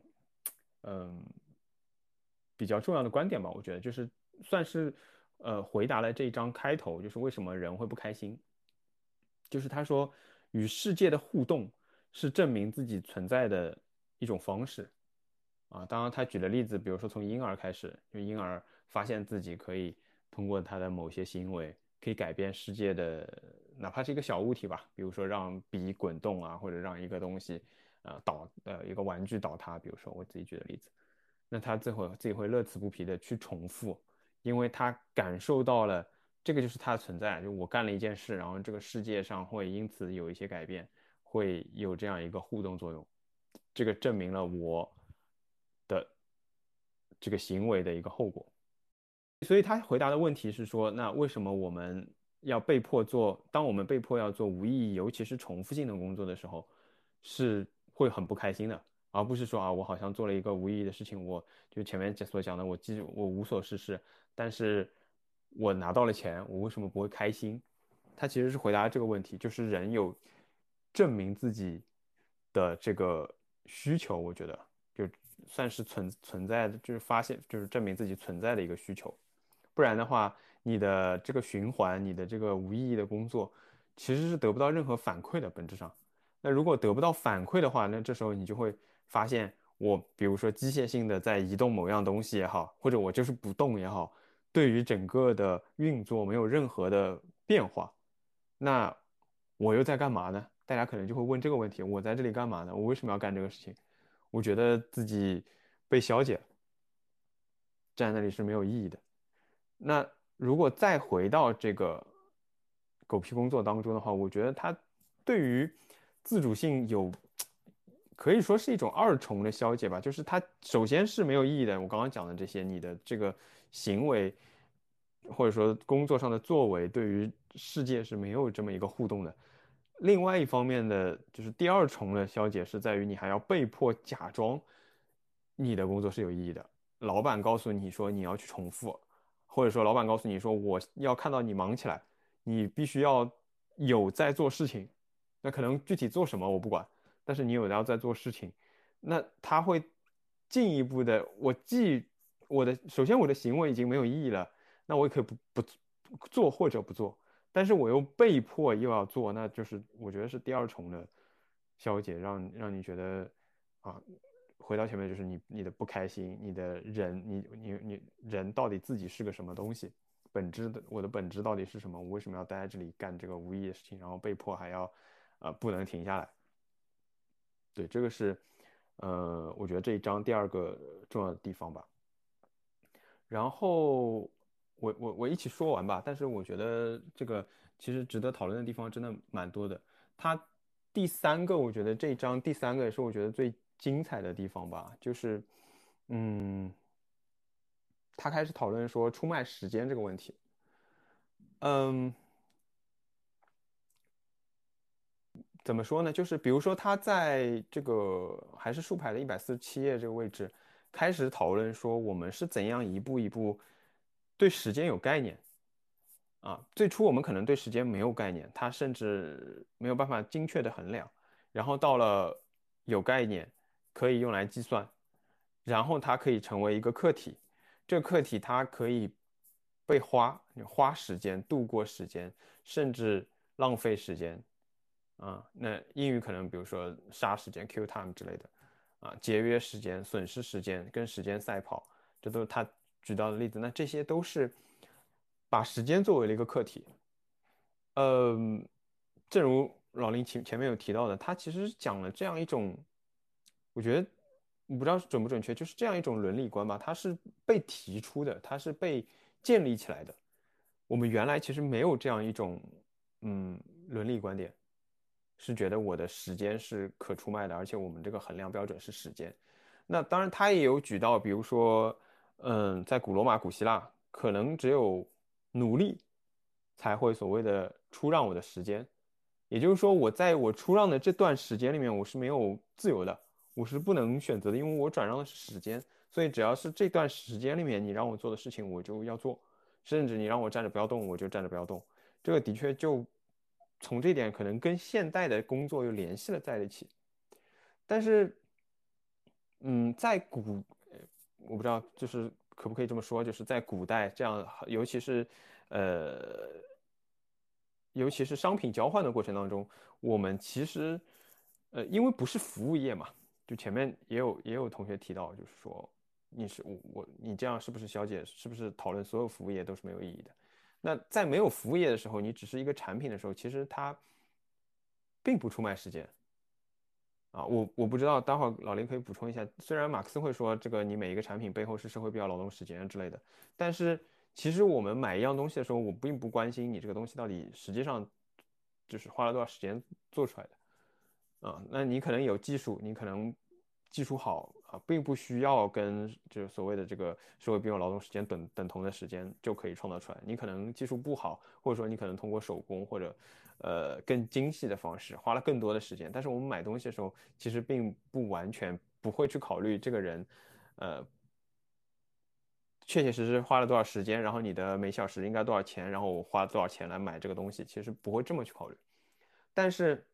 比较重要的观点吧，我觉得就是算是回答了这一章开头，就是为什么人会不开心。就是他说与世界的互动是证明自己存在的一种方式啊。当然他举了例子，比如说从婴儿开始，就婴儿发现自己可以通过他的某些行为可以改变世界的，哪怕是一个小物体吧，比如说让笔滚动啊，或者让一个东西一个玩具倒塌，比如说我自己举的例子，那他自己会乐此不疲的去重复，因为他感受到了这个就是它的存在，就我干了一件事，然后这个世界上会因此有一些改变，会有这样一个互动作用，这个证明了我的这个行为的一个后果。所以他回答的问题是说，那为什么我们要被迫做？当我们被迫要做无意义，尤其是重复性的工作的时候，是会很不开心的，而不是说啊，我好像做了一个无意义的事情，我就前面所讲的，我无所事事，但是我拿到了钱，我为什么不会开心？他其实是回答这个问题，就是人有证明自己的这个需求，我觉得就算是存在的，就是发现，就是证明自己存在的一个需求。不然的话，你的这个循环，你的这个无意义的工作，其实是得不到任何反馈的，本质上。那如果得不到反馈的话，那这时候你就会发现，我比如说机械性的在移动某样东西也好，或者我就是不动也好，对于整个的运作没有任何的变化。那我又在干嘛呢？大家可能就会问这个问题：我在这里干嘛呢？我为什么要干这个事情？我觉得自己被消解了，站在那里是没有意义的。那如果再回到这个狗屁工作当中的话，我觉得它对于自主性可以说是一种二重的消解吧。就是它首先是没有意义的，我刚刚讲的这些，你的这个行为或者说工作上的作为对于世界是没有这么一个互动的。另外一方面的就是第二重的消解是在于你还要被迫假装你的工作是有意义的。老板告诉你说你要去重复，或者说老板告诉你说我要看到你忙起来，你必须要有在做事情。那可能具体做什么我不管，但是你有要在做事情，那他会进一步的，首先我的行为已经没有意义了，那我也可以不做或者不做，但是我又被迫又要做，那就是我觉得是第二重的消解，让你觉得啊，回到前面就是你的不开心，你的人，你人到底自己是个什么东西？我的本质到底是什么？我为什么要待在这里干这个无意义的事情，然后被迫还要不能停下来？对，这个是我觉得这一章第二个重要的地方吧。然后我一起说完吧，但是我觉得这个其实值得讨论的地方真的蛮多的。它第三个，我觉得这一章第三个也是我觉得最精彩的地方吧，就是他开始讨论说出卖时间这个问题。嗯，怎么说呢？就是比如说他在这个还是竖排的147页这个位置，开始讨论说我们是怎样一步一步对时间有概念啊。最初我们可能对时间没有概念，它甚至没有办法精确的衡量，然后到了有概念，可以用来计算，然后它可以成为一个课题，这个课题它可以被花时间、度过时间，甚至浪费时间。啊，那英语可能比如说杀时间 kill time 之类的，啊，节约时间、损失时间、跟时间赛跑，这都是他举到的例子。那这些都是把时间作为了一个课题。正如老林前面有提到的，他其实讲了这样一种，我觉得我不知道准不准确，就是这样一种伦理观吧，它是被提出的，它是被建立起来的。我们原来其实没有这样一种伦理观点。是觉得我的时间是可出卖的，而且我们这个衡量标准是时间。那当然，他也有举到，比如说，在古罗马、古希腊，可能只有奴隶才会所谓的出让我的时间，也就是说，我在我出让的这段时间里面，我是没有自由的，我是不能选择的，因为我转让的是时间，所以只要是这段时间里面你让我做的事情，我就要做，甚至你让我站着不要动，我就站着不要动。这个的确就从这点可能跟现代的工作又联系了在一起。但是，在我不知道就是可不可以这么说，就是在古代这样，呃，尤其是商品交换的过程当中，我们其实因为不是服务业嘛，就前面也有同学提到，就是说你这样是不是小姐，是不是讨论所有服务业都是没有意义的？那在没有服务业的时候，你只是一个产品的时候，其实它并不出卖时间啊。我不知道，待会儿老林可以补充一下。虽然马克思会说这个你每一个产品背后是社会必要劳动时间之类的，但是其实我们买一样东西的时候，我并不关心你这个东西到底实际上就是花了多少时间做出来的啊。那你可能有技术，你可能技术好啊，并不需要跟就是所谓的这个社会必要劳动时间等同的时间就可以创造出来。你可能技术不好，或者说你可能通过手工或者更精细的方式花了更多的时间。但是我们买东西的时候，其实并不完全不会去考虑这个人，确确实实花了多少时间，然后你的每小时应该多少钱，然后我花多少钱来买这个东西，其实不会这么去考虑。但是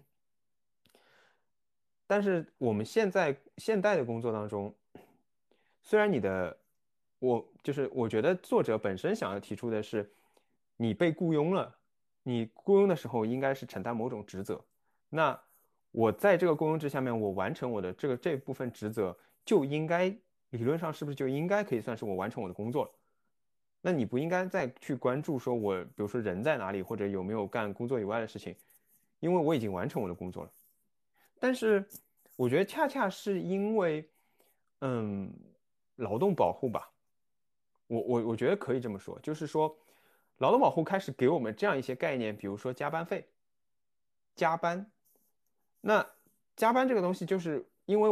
我们现代的工作当中，虽然我觉得作者本身想要提出的是，你被雇佣了，你雇佣的时候应该是承担某种职责。那我在这个雇佣制下面，我完成我的这部分职责，就应该理论上是不是就应该可以算是我完成我的工作了？那你不应该再去关注说比如说人在哪里，或者有没有干工作以外的事情，因为我已经完成我的工作了。但是我觉得恰恰是因为，嗯，劳动保护吧，我觉得可以这么说，就是说，劳动保护开始给我们这样一些概念，比如说加班费、加班。那加班这个东西，就是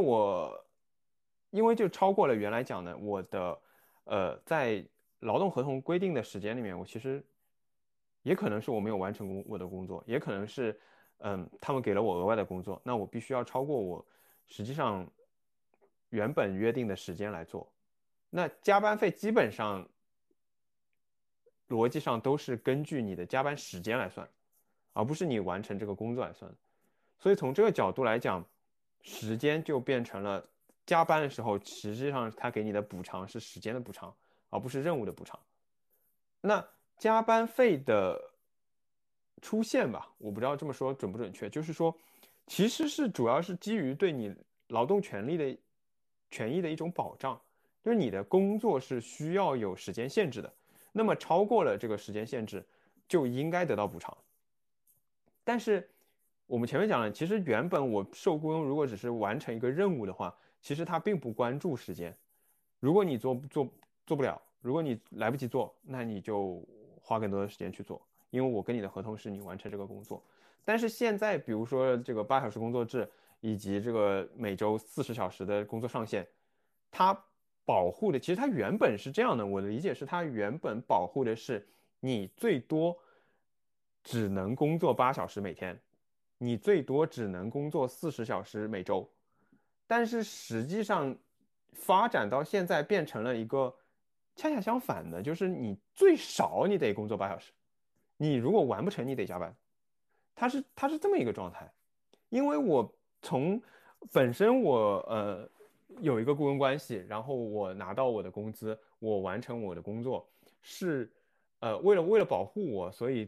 因为就超过了原来讲的我的在劳动合同规定的时间里面，我其实也可能是我没有完成我的工作，也可能是他们给了我额外的工作，那我必须要超过我实际上原本约定的时间来做。那加班费基本上逻辑上都是根据你的加班时间来算，而不是你完成这个工作来算。所以从这个角度来讲，时间就变成了加班的时候，实际上他给你的补偿是时间的补偿，而不是任务的补偿。那加班费的出现吧，我不知道这么说准不准确，就是说，其实是主要是基于对你劳动权益的一种保障，就是你的工作是需要有时间限制的，那么超过了这个时间限制，就应该得到补偿。但是我们前面讲了，其实原本我受雇佣，如果只是完成一个任务的话，其实他并不关注时间。如果你做不了，如果你来不及做，那你就花更多的时间去做，因为我跟你的合同是你完成这个工作。但是现在，比如说这个8小时工作制以及这个每周40小时的工作上限，它保护的，其实它原本是这样的，我的理解是它原本保护的是你最多只能工作8小时每天，你最多只能工作40小时每周，但是实际上发展到现在变成了一个恰恰相反的，就是你最少你得工作8小时，你如果完不成你得加班，它是这么一个状态。因为我从本身有一个雇佣关系，然后我拿到我的工资，我完成我的工作是为了保护我，所以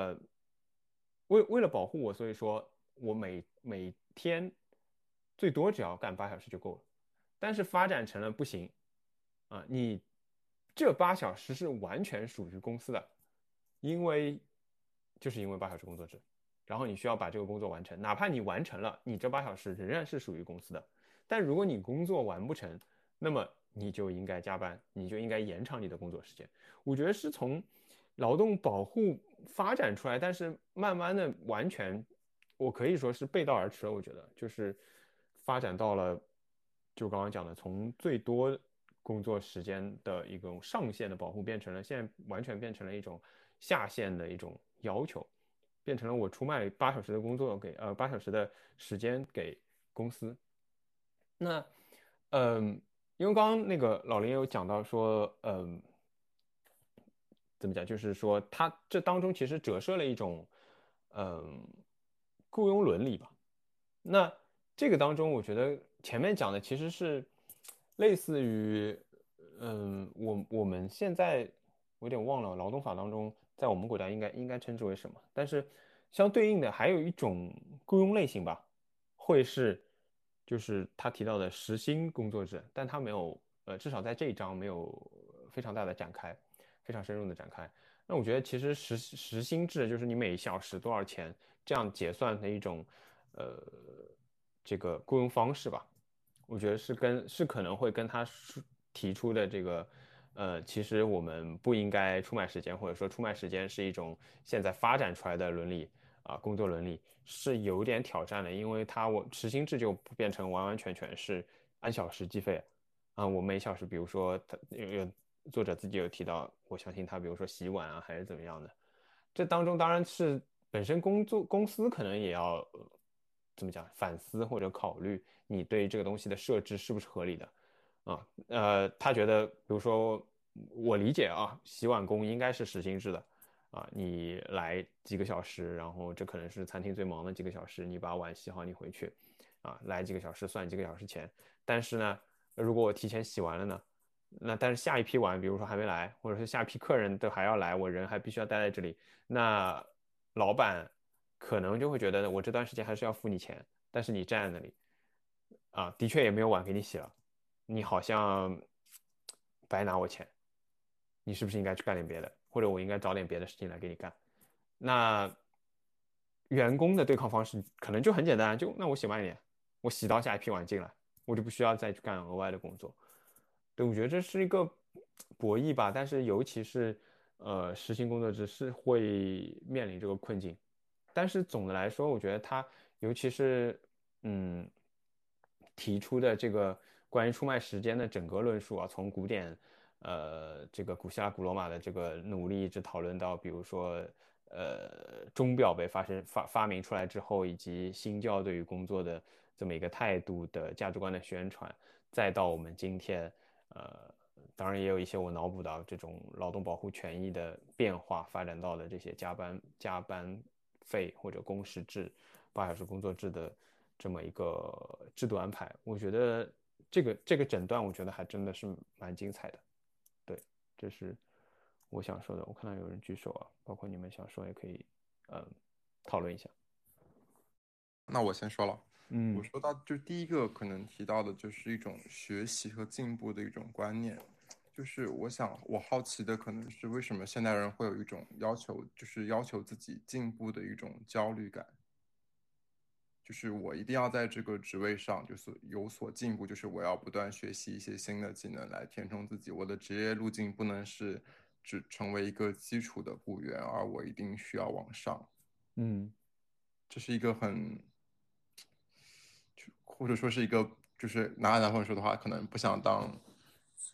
为了保护我，所以说我每天最多只要干8小时就够了。但是发展成了不行啊，你这8小时是完全属于公司的，就是因为8小时工作制。然后你需要把这个工作完成，哪怕你完成了，你这8小时仍然是属于公司的。但如果你工作完不成，那么你就应该加班，你就应该延长你的工作时间。我觉得是从劳动保护发展出来，但是慢慢的完全，我可以说是背道而驰了。我觉得就是发展到了，就刚刚讲的，从最多工作时间的一种上限的保护，变成了现在完全变成了一种下限的一种要求。变成了我出卖8小时的工作给8小时的时间给公司。那因为刚刚那个老林有讲到说，怎么讲，就是说他这当中其实折射了一种雇佣伦理吧。那这个当中，我觉得前面讲的其实是类似于，我们现在我有点忘了劳动法当中，在我们国家应该称之为什么，但是相对应的还有一种雇佣类型吧，会是就是他提到的时薪工作制，但他没有至少在这一章没有非常大的展开，非常深入的展开。那我觉得其实时薪制就是你每小时多少钱这样结算的一种呃这个雇佣方式吧。我觉得是可能会跟他提出的这个其实我们不应该出卖时间，或者说出卖时间是一种现在发展出来的伦理工作伦理是有点挑战的，因为我时薪制就变成完完全全是按小时计费我每小时，比如说他有作者自己有提到，我相信他比如说洗碗还是怎么样的，这当中当然是本身公司可能也要怎么讲反思或者考虑你对这个东西的设置是不是合理的他觉得比如说我理解洗碗工应该是时薪制的你来几个小时，然后这可能是餐厅最忙的几个小时，你把碗洗好你回去来几个小时算几个小时钱，但是呢，如果我提前洗完了呢？但是下一批碗，比如说还没来，或者是下一批客人都还要来，我人还必须要待在这里，那老板可能就会觉得我这段时间还是要付你钱，但是你站在那里的确也没有碗给你洗了，你好像白拿我钱，你是不是应该去干点别的，或者我应该找点别的事情来给你干？那员工的对抗方式可能就很简单，那我洗慢一点，我洗到下一批碗进来，我就不需要再去干额外的工作。对，我觉得这是一个博弈吧，但是尤其是实行工作制是会面临这个困境。但是总的来说，我觉得它尤其是提出的这个关于出卖时间的整个论述从古典这个古希腊古罗马的这个努力一直讨论到比如说钟表被发明出来之后，以及新教对于工作的这么一个态度的价值观的宣传，再到我们今天当然也有一些我脑补到这种劳动保护权益的变化，发展到了这些加班费或者工时制、8小时工作制的这么一个制度安排。我觉得这个诊断，我觉得还真的是蛮精彩的。对，这是我想说的。我看到有人举手包括你们想说也可以讨论一下。 那我先说了。我说到就第一个可能提到的就是一种学习和进步的一种观念，就是我好奇的可能是为什么现代人会有一种要求自己进步的一种焦虑感，就是我一定要在这个职位上就是有所进步，就是我要不断学习一些新的技能来填充自己，我的职业路径不能是只成为一个基础的雇员，而我一定需要往上。这是一个或者说是一个，就是拿南方人说的话，可能不想当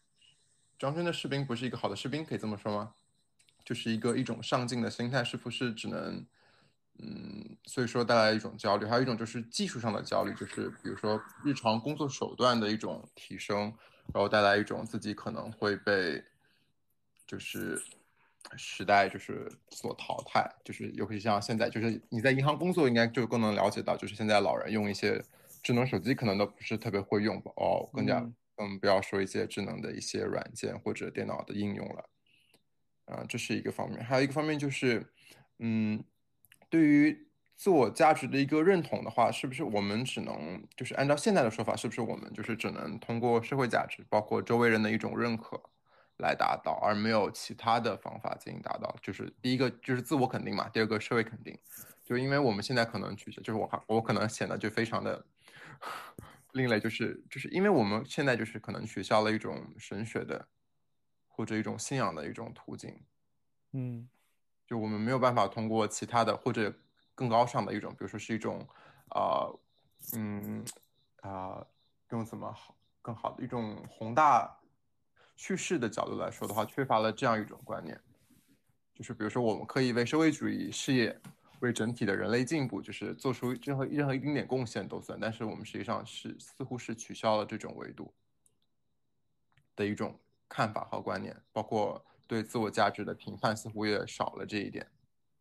张真的士兵不是一个好的士兵，可以这么说吗？就是一种上进的心态，是不是只能，所以说带来一种焦虑，还有一种就是技术上的焦虑，就是比如说日常工作手段的一种提升，然后带来一种自己可能会被，就是时代就是所淘汰，就是尤其像现在，就是你在银行工作，应该就更能了解到，就是现在老人用一些智能手机可能都不是特别会用哦，不要说一些智能的一些软件或者电脑的应用了。这是一个方面，还有一个方面就是，嗯，对于自我价值的一个认同的话，是不是我们只能就是按照现在的说法，是不是我们就是只能通过社会价值，包括周围人的一种认可来达到，而没有其他的方法进行达到？就是第一个就是自我肯定嘛，第二个社会肯定，就因为我们现在可能就是我可能显得就非常的另类，就是因为我们现在就是可能取消了一种神学的或者一种信仰的一种途径。就我们没有办法通过其他的或者更高尚的一种，比如说是一种，呃，嗯，用怎么好更好的一种宏大叙事的角度来说的话，缺乏了这样一种观念，就是比如说我们可以为社会主义事业、为整体的人类进步，就是做出任何一丁点贡献都算，但是我们实际上似乎是取消了这种维度的一种看法和观念，包括对自我价值的评判似乎也少了这一点。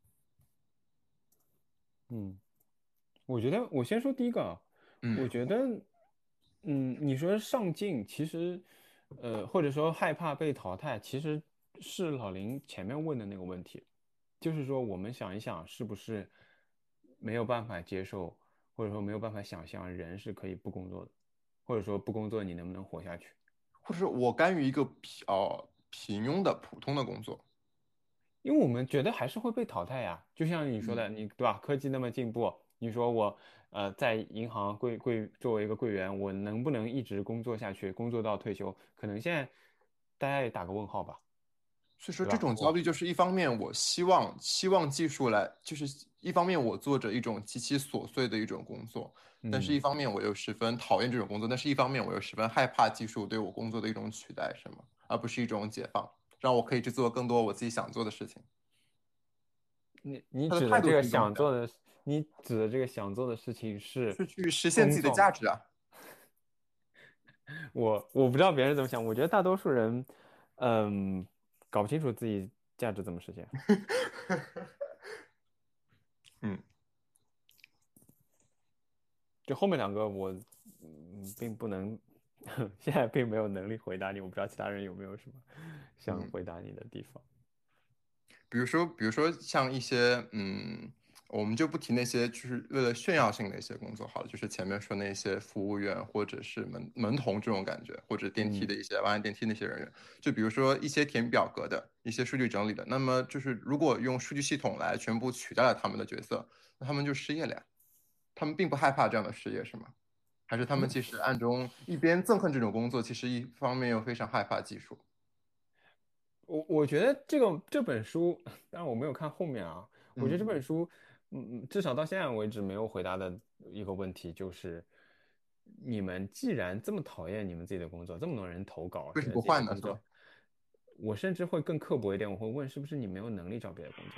我觉得我先说第一个啊，我觉得，你说上进，其实，或者说害怕被淘汰，其实是老林前面问的那个问题，就是说我们想一想，是不是没有办法接受，或者说没有办法想象人是可以不工作的，或者说不工作你能不能活下去？ 或者说我甘于一个平庸的普通的工作。 因为我们觉得还是会被淘汰呀，就像你说的，你对吧？科技那么进步，你说我在银行作为一个柜员，我能不能一直工作下去，工作到退休？可能现在大家也打个问号吧， 所以说对吧？ 这种焦虑就是一方面我希望技术来，就是一方面我做着一种极其琐碎的一种工作，但是一方面我又十分讨厌这种工作，但是一方面我又十分害怕技术对我工作的一种取代，是吗？而不是一种解放，让我可以去做更多我自己想做的事情。 你他的态度指的这个是一种这样， 想做的，你指的这个想做的事情是是去实现自己的工作吗？ 价值啊。 我不知道别人怎么想，我觉得大多数人，搞不清楚自己价值怎么实现。 嗯， 就后面两个我并不能，现在并没有能力回答你，我不知道其他人有没有什么想回答你的地方。 比如说像一些我们就不提那些就是为了炫耀性的一些工作好了，就是前面说那些服务员或者是门童这种感觉，或者电梯的一些完安电梯那些人员，就比如说一些填表格的、一些数据整理的，那么就是如果用数据系统来全部取代了他们的角色，那他们就失业了呀。他们并不害怕这样的失业是吗？还是他们其实暗中一边憎恨这种工作，其实一方面又非常害怕技术？ 我觉得这本书，当然我没有看后面啊。我觉得这本书，至少到现在为止没有回答的一个问题就是，你们既然这么讨厌你们自己的工作，这么多人投稿觉得为什么不换呢？是吧？ 自己的工作，我甚至会更刻薄一点，我会问是不是你没有能力找别的工作？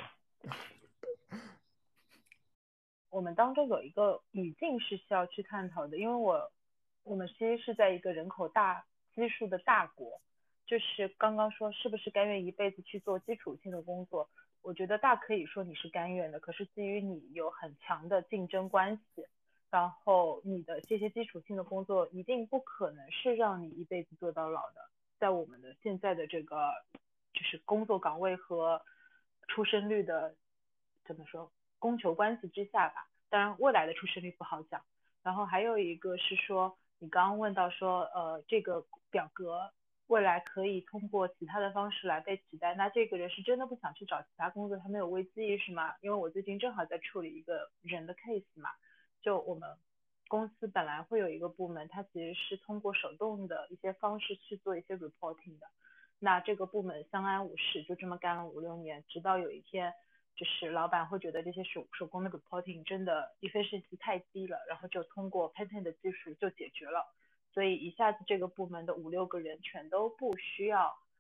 我们当中有一个语境是需要去探讨的，因为我们其实是在一个人口大基数的大国，就是刚刚说是不是甘愿一辈子去做基础性的工作，我觉得大可以说你是甘愿的，可是基于你有很强的竞争关系，然后你的这些基础性的工作一定不可能是让你一辈子做到老的，在我们的现在的这个就是工作岗位和出生率的怎么说供求关系之下吧，当然未来的出生率不好讲。然后还有一个是说，你刚刚问到说，这个表格未来可以通过其他的方式来被取代，那这个人是真的不想去找其他工作，他没有危机意识吗？因为我最近正好在处理一个人的 case 嘛，就我们公司本来会有一个部门，它其实是通过手动的一些方式去做一些 reporting 的，那这个部门相安无事，就这么干了5、6年，直到有一天，就是老板会觉得这些手工的 reporting 真的 efficiency 太低了，然后就通过 patent 的技术就解决了，所以一下子这个部门的5、6个人全都不需要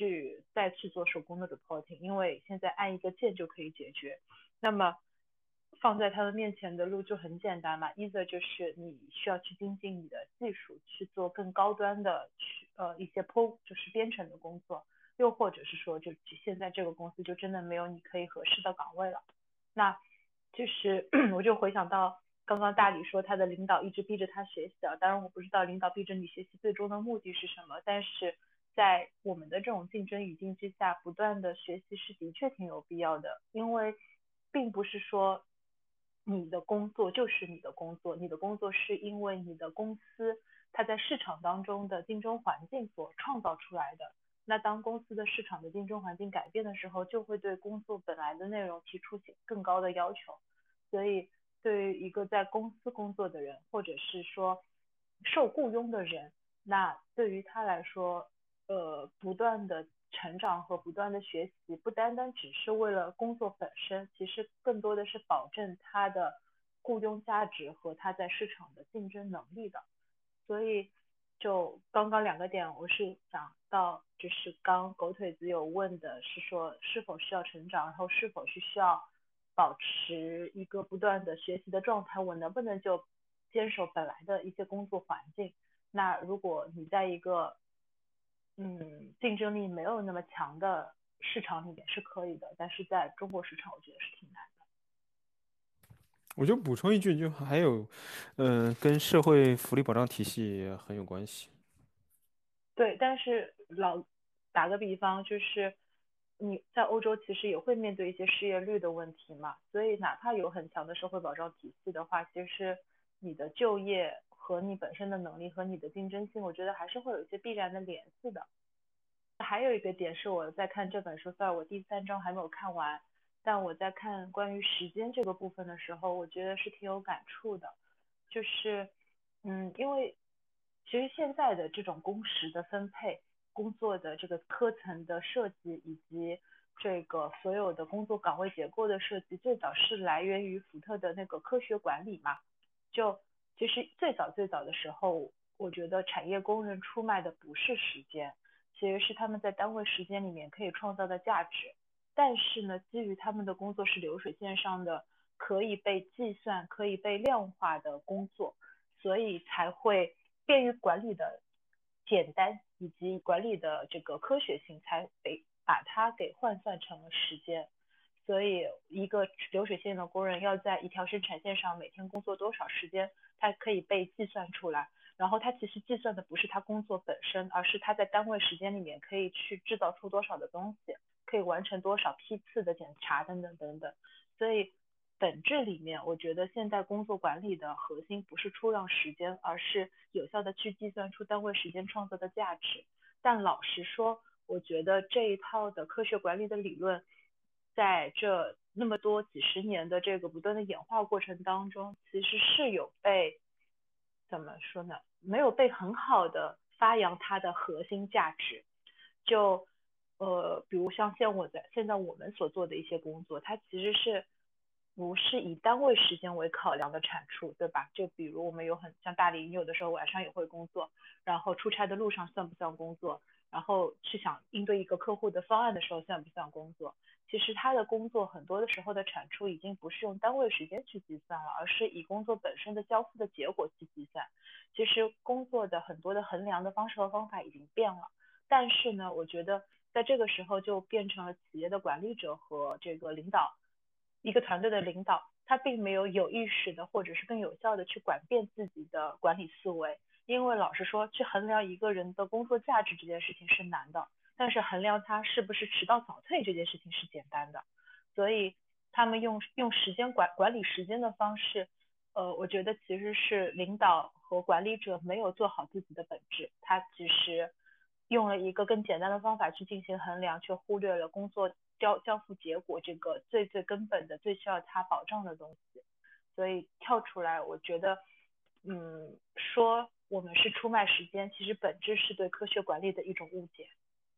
再去做手工的 reporting， 因为现在按一个键就可以解决。那么放在他们面前的路就很简单嘛，either就是你需要去精进你的技术，去做更高端的一些就是编程的工作，又或者是说就现在这个公司就真的没有你可以合适的岗位了。那就是我就回想到刚刚大李说他的领导一直逼着他学习啊，当然我不知道领导逼着你学习最终的目的是什么，但是在我们的这种竞争语境之下，不断的学习是的确挺有必要的，因为并不是说你的工作就是你的工作，你的工作是因为你的公司它在市场当中的竞争环境所创造出来的。那当公司的市场的竞争环境改变的时候，就会对工作本来的内容提出更高的要求。所以对于一个在公司工作的人，或者是说受雇佣的人，那对于他来说不断的成长和不断的学习，不单单只是为了工作本身，其实更多的是保证他的雇佣价值和他在市场的竞争能力的。所以就刚刚2个点，我是想到就是刚狗腿子有问的是说是否需要成长，然后是否是需要保持一个不断的学习的状态，我能不能就坚守本来的一些工作环境。那如果你在一个竞争力没有那么强的市场里面是可以的，但是在中国市场我觉得是挺难的。 我就补充一句，就还有跟社会福利保障体系也很有关系。 对，但是打个比方，就是你在欧洲其实也会面对一些失业率的问题嘛，所以哪怕有很强的社会保障体系的话，其实你的就业和你本身的能力和你的竞争性，我觉得还是会有一些必然的联系的。还有一个点是我在看这本书，虽然我第3章还没有看完，但我在看关于时间这个部分的时候，我觉得是挺有感触的。就是因为其实现在的这种工时的分配、工作的这个科层的设计以及这个所有的工作岗位结构的设计，最早是来源于福特的那个科学管理嘛。就其实最早的时候，我觉得产业工人出卖的不是时间，其实是他们在单位时间里面可以创造的价值。但是呢，基于他们的工作是流水线上的，可以被计算、可以被量化的工作，所以才会便于管理的简单以及管理的这个科学性，才把它给换算成了时间。所以一个流水线的工人要在一条生产线上每天工作多少时间，它可以被计算出来。然后它其实计算的不是他工作本身，而是他在单位时间里面可以去制造出多少的东西，可以完成多少批次的检查等等等等。所以本质里面，我觉得现在工作管理的核心不是出让时间，而是有效的去计算出单位时间创造的价值。但老实说，我觉得这一套的科学管理的理论，在这那么多几十年的这个不断的演化过程当中，其实是有被怎么说呢？没有被很好的发扬它的核心价值。就比如像现在我们所做的一些工作，它其实是不是以单位时间为考量的产出，对吧？就比如我们像大理，你有的时候晚上也会工作，然后出差的路上算不算工作？然后去想应对一个客户的方案的时候算不算工作？其实他的工作很多的时候的产出已经不是用单位时间去计算了，而是以工作本身的交付的结果去计算。其实工作的很多的衡量的方式和方法已经变了，但是呢，我觉得在这个时候就变成了企业的管理者和这个领导，一个团队的领导，他并没有意识的或者是更有效的去转变自己的管理思维。因为老实说，去衡量一个人的工作价值这件事情是难的，但是衡量他是不是迟到早退这件事情是简单的。所以他们用时间管理时间的方式，我觉得其实是领导和管理者没有做好自己的本质，他只是用了一个更简单的方法去进行衡量，却忽略了工作交付结果这个最根本的、最需要他保障的东西。所以跳出来，我觉得，说我们是出卖时间，其实本质是对科学管理的一种误解。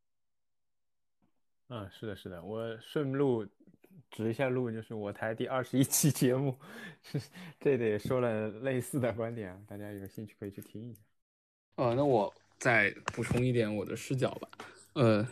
是的，是的，我顺路指一下路，就是我台第21期节目，这也说了类似的观点，大家有兴趣可以去听一下。 那我再补充一点我的视角吧。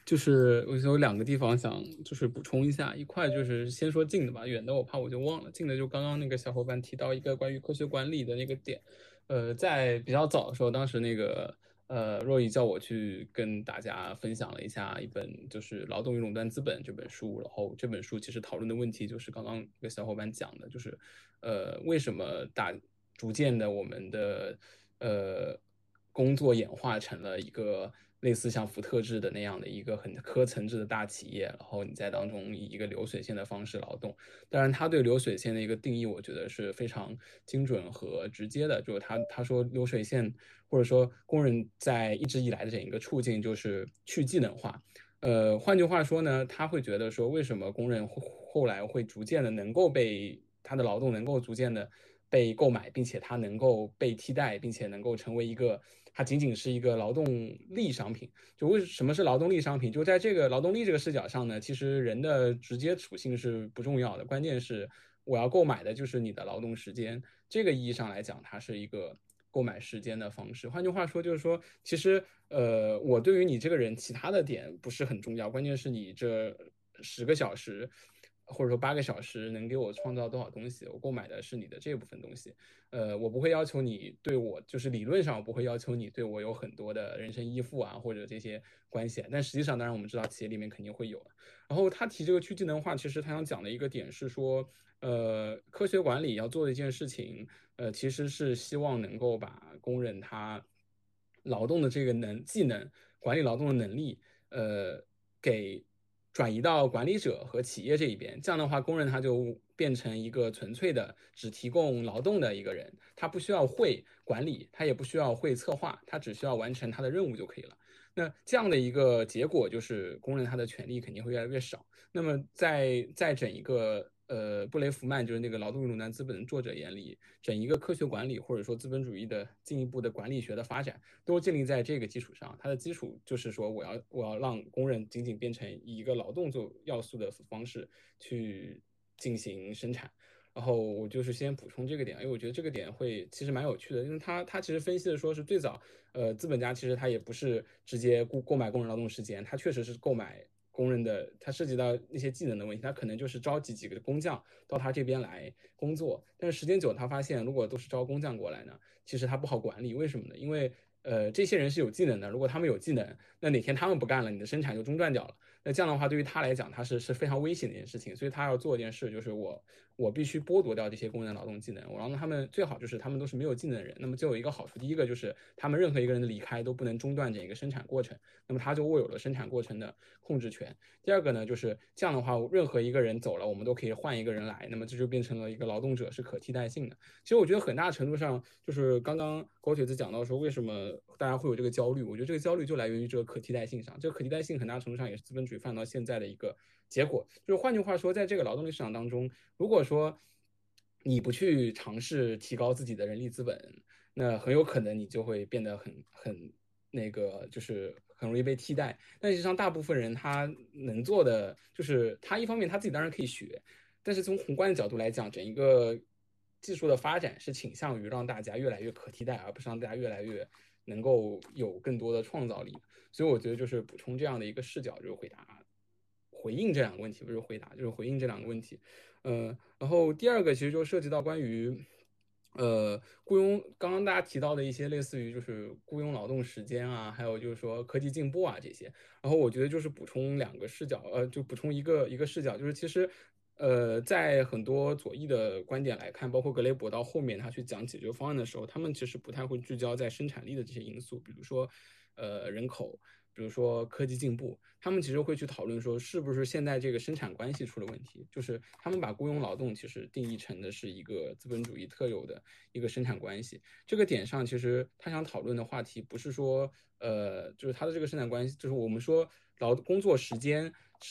就是我有两个地方想就是补充一下，一块就是先说近的吧，远的我怕我就忘了。近的就刚刚那个小伙伴提到一个关于科学管理的那个点，在比较早的时候，当时那个若雨叫我去跟大家分享了一下一本就是《劳动与垄断资本》这本书，然后这本书其实讨论的问题就是刚刚一个小伙伴讲的，就是为什么逐渐的我们的工作演化成了一个类似像福特制的那样的一个很科层制的大企业，然后你在当中以一个流水线的方式劳动。当然，他对流水线的一个定义，我觉得是非常精准和直接的。就是他说流水线或者说工人在一直以来的整一个处境就是去技能化。换句话说呢，他会觉得说，为什么工人后来会逐渐的能够被他的劳动能够逐渐的被购买，并且他能够被替代，并且能够成为一个，它仅仅是一个劳动力商品。就为什么是劳动力商品？就在这个劳动力这个视角上呢，其实人的直接属性是不重要的，关键是我要购买的就是你的劳动时间。这个意义上来讲，它是一个购买时间的方式。换句话说，就是说，其实我对于你这个人其他的点不是很重要，关键是你这10个小时。或者说8个小时能给我创造多少东西？我购买的是你的这部分东西，我不会要求你对我，就是理论上我不会要求你对我有很多的人身依附啊，或者这些关系，但实际上，当然我们知道企业里面肯定会有。然后他提这个去技能化，其实他想讲的一个点是说，科学管理要做的一件事情，其实是希望能够把工人他劳动的这个技能、管理劳动的能力，给转移到管理者和企业这一边。这样的话，工人他就变成一个纯粹的只提供劳动的一个人，他不需要会管理，他也不需要会策划，他只需要完成他的任务就可以了。那这样的一个结果就是工人他的权利肯定会越来越少。那么在整一个布雷弗曼就是那个劳动与垄断资本的作者眼里，整一个科学管理或者说资本主义的进一步的管理学的发展，都建立在这个基础上。它的基础就是说，我要让工人仅仅变成以一个劳动做要素的方式去进行生产。然后我就是先补充这个点，因为我觉得这个点会其实蛮有趣的，因为他其实分析的说是最早，资本家其实他也不是直接购买工人劳动时间，他确实是购买工人的，他涉及到那些技能的问题，他可能就是召集几个工匠到他这边来工作，但是时间久他发现，如果都是招工匠过来呢，其实他不好管理，为什么呢？因为这些人是有技能的，如果他们有技能，那哪天他们不干了，你的生产就中断掉了。那这样的话，对于他来讲，他是非常危险的一件事情，所以他要做一件事，就是我必须剥夺掉这些工人劳动技能，我让他们最好就是他们都是没有技能的人。那么就有一个好处，第一个就是他们任何一个人的离开都不能中断整个生产过程，那么他就握有了生产过程的控制权。第二个呢，就是这样的话，任何一个人走了，我们都可以换一个人来，那么这就变成了一个劳动者是可替代性的。其实我觉得很大程度上就是刚刚狗腿子讲到说为什么大家会有这个焦虑，我觉得这个焦虑就来源于这个可替代性上，这个可替代性很大程度上也是资本主义发展到现在的一个结果。就是换句话说，在这个劳动力市场当中，如果说你不去尝试提高自己的人力资本，那很有可能你就会变得很那个，就是很容易被替代。但实际上，大部分人他能做的就是他一方面他自己当然可以学，但是从宏观的角度来讲，整一个技术的发展是倾向于让大家越来越可替代，而不是让大家越来越能够有更多的创造力。所以我觉得就是补充这样的一个视角，就是回应这两个问题，不是回答，就是回应这两个问题。然后第二个其实就涉及到关于雇佣，刚刚大家提到的一些类似于就是雇佣劳动时间啊，还有就是说科技进步啊这些。然后我觉得就是补充两个视角，就补充一个视角，就是其实在很多左翼的观点来看，包括格雷伯到后面他去讲解决方案的时候，他们其实不太会聚焦在生产力的这些因素，比如说人口，比如说科技进步，他们其实会去讨论说是不是现在这个生产关系出了问题，就是他们把雇佣劳动其实定义成的是一个资本主义特有的一个生产关系。这个点上，其实他想讨论的话题不是说就是他的这个生产关系，就是我们说工作时间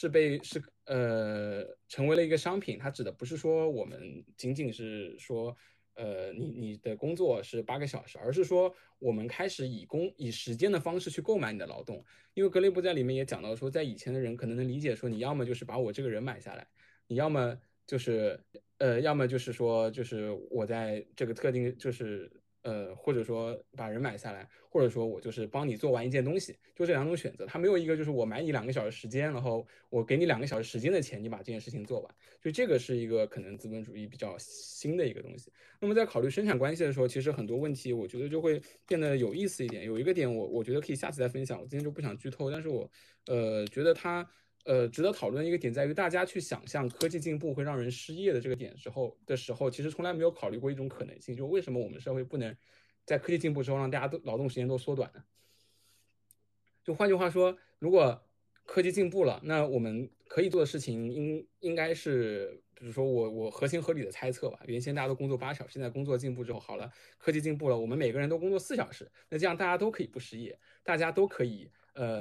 成为了一个商品，它指的不是说我们仅仅是说你的工作是8个小时，而是说我们开始以时间的方式去购买你的劳动。因为格雷伯在里面也讲到说，在以前的人可能能理解说，你要么就是把我这个人买下来，你要么就是要么就是说就是我在这个特定就是或者说把人买下来，或者说我就是帮你做完一件东西，就这两种选择。它没有一个就是我买你2个小时时间，然后我给你2个小时时间的钱，你把这件事情做完。就这个是一个可能资本主义比较新的一个东西。那么在考虑生产关系的时候，其实很多问题我觉得就会变得有意思一点。有一个点我觉得可以下次再分享，我今天就不想剧透，但是我觉得它值得讨论一个点在于，大家去想象科技进步会让人失业的这个点的时候，其实从来没有考虑过一种可能性，就是为什么我们社会不能在科技进步之后让大家都劳动时间都缩短呢？就换句话说，如果科技进步了，那我们可以做的事情应该是，比如说我合情合理的猜测吧，原先大家都工作8小时，现在工作进步之后，好了，科技进步了，我们每个人都工作4小时，那这样大家都可以不失业，大家都可以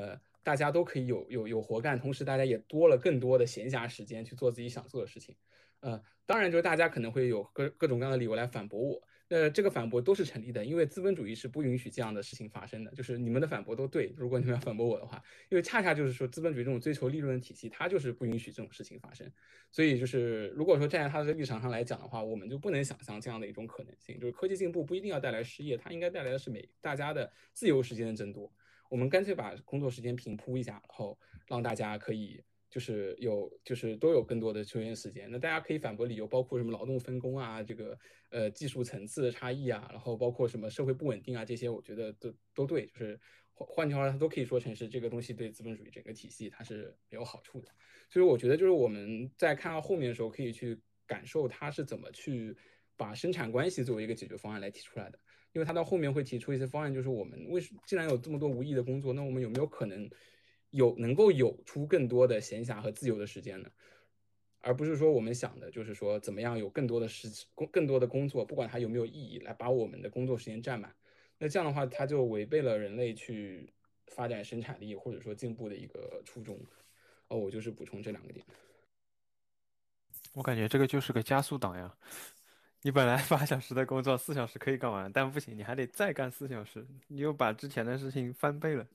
有活干，同时大家也多了更多的闲暇时间去做自己想做的事情。当然就是大家可能会有各种各样的理由来反驳我，这个反驳都是成立的，因为资本主义是不允许这样的事情发生的。就是你们的反驳都对，如果你们要反驳我的话，因为恰恰就是说资本主义这种追求利润的体系，它就是不允许这种事情发生。所以就是如果说站在他的立场上来讲的话，我们就不能想象这样的一种可能性，就是科技进步不一定要带来失业，它应该带来的是大家的自由时间的增多。我们干脆把工作时间平铺一下，然后让大家可以都有更多的休闲时间。那大家可以反驳理由包括什么劳动分工啊，这个技术层次的差异啊，然后包括什么社会不稳定啊，这些我觉得都对。就是换句话说，它都可以说成是这个东西对资本主义整个体系它是没有好处的。所以我觉得就是我们在看到后面的时候，可以去感受它是怎么去把生产关系作为一个解决方案来提出来的。因为他到后面会提出一些方案，就是我们既然有这么多无意义的工作，那我们有没有可能能够有出更多的闲暇和自由的时间呢？而不是说我们想的就是说怎么样有更多的工作，不管它有没有意义，来把我们的工作时间占满。那这样的话，它就违背了人类去发展生产力或者说进步的一个初衷。我就是补充这2个点。 我感觉这个就是个加速党呀。你本来8小时的工作4小时可以干完，但不行，你还得再干4小时，你又把之前的事情翻倍了，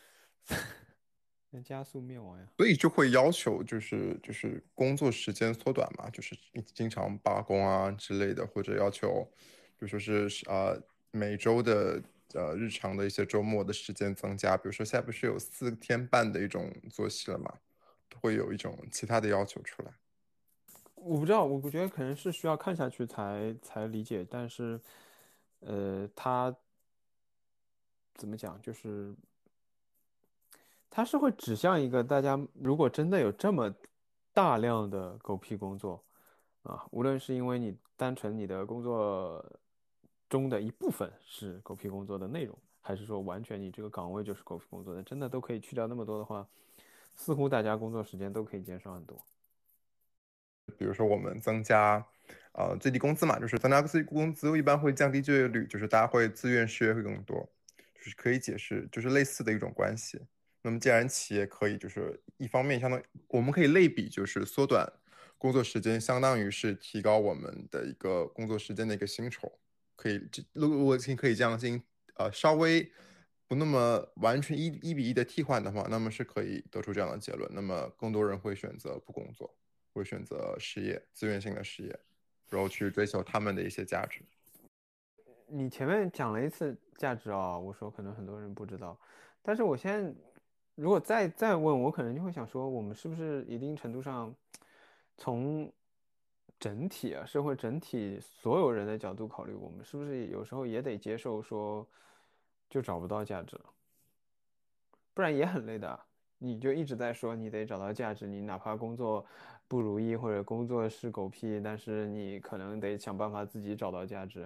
加速灭亡呀。 所以就会要求就是工作时间缩短嘛，就是经常罢工啊之类的，或者要求，比如说是每周的日常的一些周末的时间增加，比如说现在不是有4天半的一种作息了嘛，会有一种其他的要求出来。 我不知道，我觉得可能是需要看下去才理解，但是，它怎么讲，就是它是会指向一个大家如果真的有这么大量的狗屁工作啊，无论是因为你单纯你的工作中的一部分是狗屁工作的内容，还是说完全你这个岗位就是狗屁工作的，真的都可以去掉那么多的话，似乎大家工作时间都可以减少很多。 比如说我们增加最低工资嘛，就是增加最低工资一般会降低就业率，就是大家会自愿失业会更多，就是可以解释就是类似的一种关系。那么既然企业可以就是一方面相当于我们可以类比就是缩短工作时间，相当于是提高我们的一个工作时间的一个薪酬，如果可以这样进行稍微不那么完全1比1的替换的话，那么是可以得出这样的结论。那么更多人会选择不工作，会选择失业，自愿性的失业，然后去追求他们的一些价值。 你前面讲了一次价值啊，我说可能很多人不知道，但是我现在如果再问，我可能就会想说，我们是不是一定程度上从整体啊社会整体所有人的角度考虑，我们是不是有时候也得接受说就找不到价值了，不然也很累的。你就一直在说你得找到价值，你哪怕工作不如意或者工作是狗屁，但是你可能得想办法自己找到价值。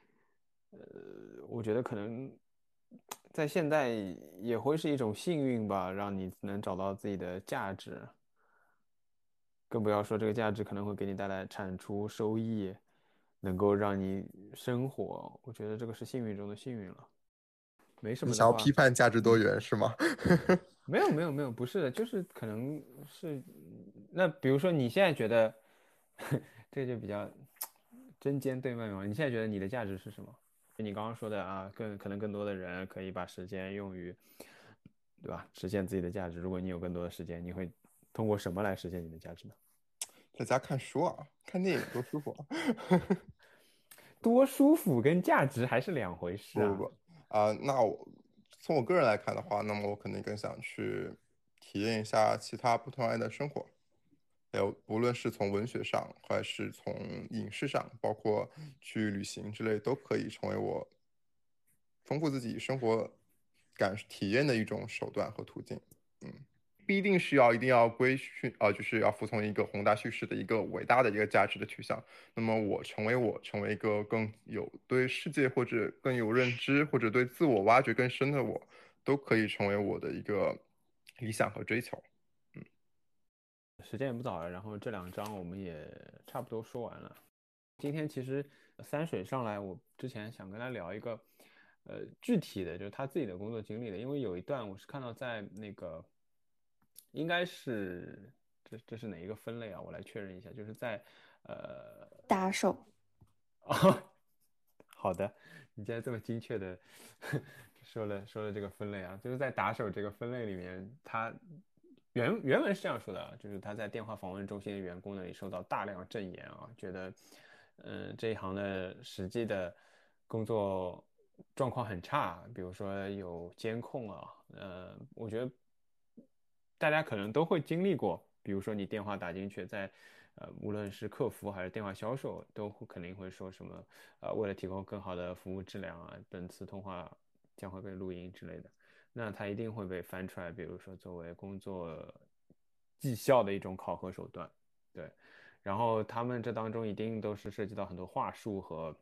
我觉得可能在现代也会是一种幸运吧，让你能找到自己的价值，更不要说这个价值可能会给你带来产出、收益，能够让你生活。我觉得这个是幸运中的幸运了。没什么的话， 你想要批判价值多元是吗？ 没有，不是的，就是可能是那比如说你现在觉得这就比较针尖对麦芒，你现在觉得你的价值是什么？你刚刚说的啊，可能更多的人可以把时间用于，对吧？实现自己的价值。如果你有更多的时间，你会通过什么来实现你的价值呢？ 在家看书啊，看电影多舒服啊。 多舒服跟价值还是两回事啊。 不那从我个人来看的话，那么我肯定更想去体验一下其他不同样的生活，还有无论是从文学上还是从影视上，包括去旅行之类，都可以成为我丰富自己生活体验的一种手段和途径。不一定是一定要就是要服从一个宏大叙事的一个伟大的一个价值的取向。那么我成为一个更有对世界或者更有认知，或者对自我挖掘更深的我，都可以成为我的一个理想和追求。 时间也不早了，然后这2章我们也差不多说完了。今天其实三水上来，我之前想跟他聊一个具体的，就是他自己的工作经历的，因为有一段我是看到在那个应该是这是哪一个分类啊？我来确认一下，就是在打手。 好的，你竟然这么精确的说了这个分类啊，就是在打手这个分类里面，他原文是这样说的啊，就是他在电话访问中心的员工那里受到大量证言啊，觉得这一行的实际的工作状况很差，比如说有监控啊，我觉得大家可能都会经历过，比如说你电话打进去，在无论是客服还是电话销售，肯定会说什么为了提供更好的服务质量啊，本次通话将会被录音之类的，那它一定会被翻出来，比如说作为工作绩效的一种考核手段，对，然后他们这当中一定都是涉及到很多话术和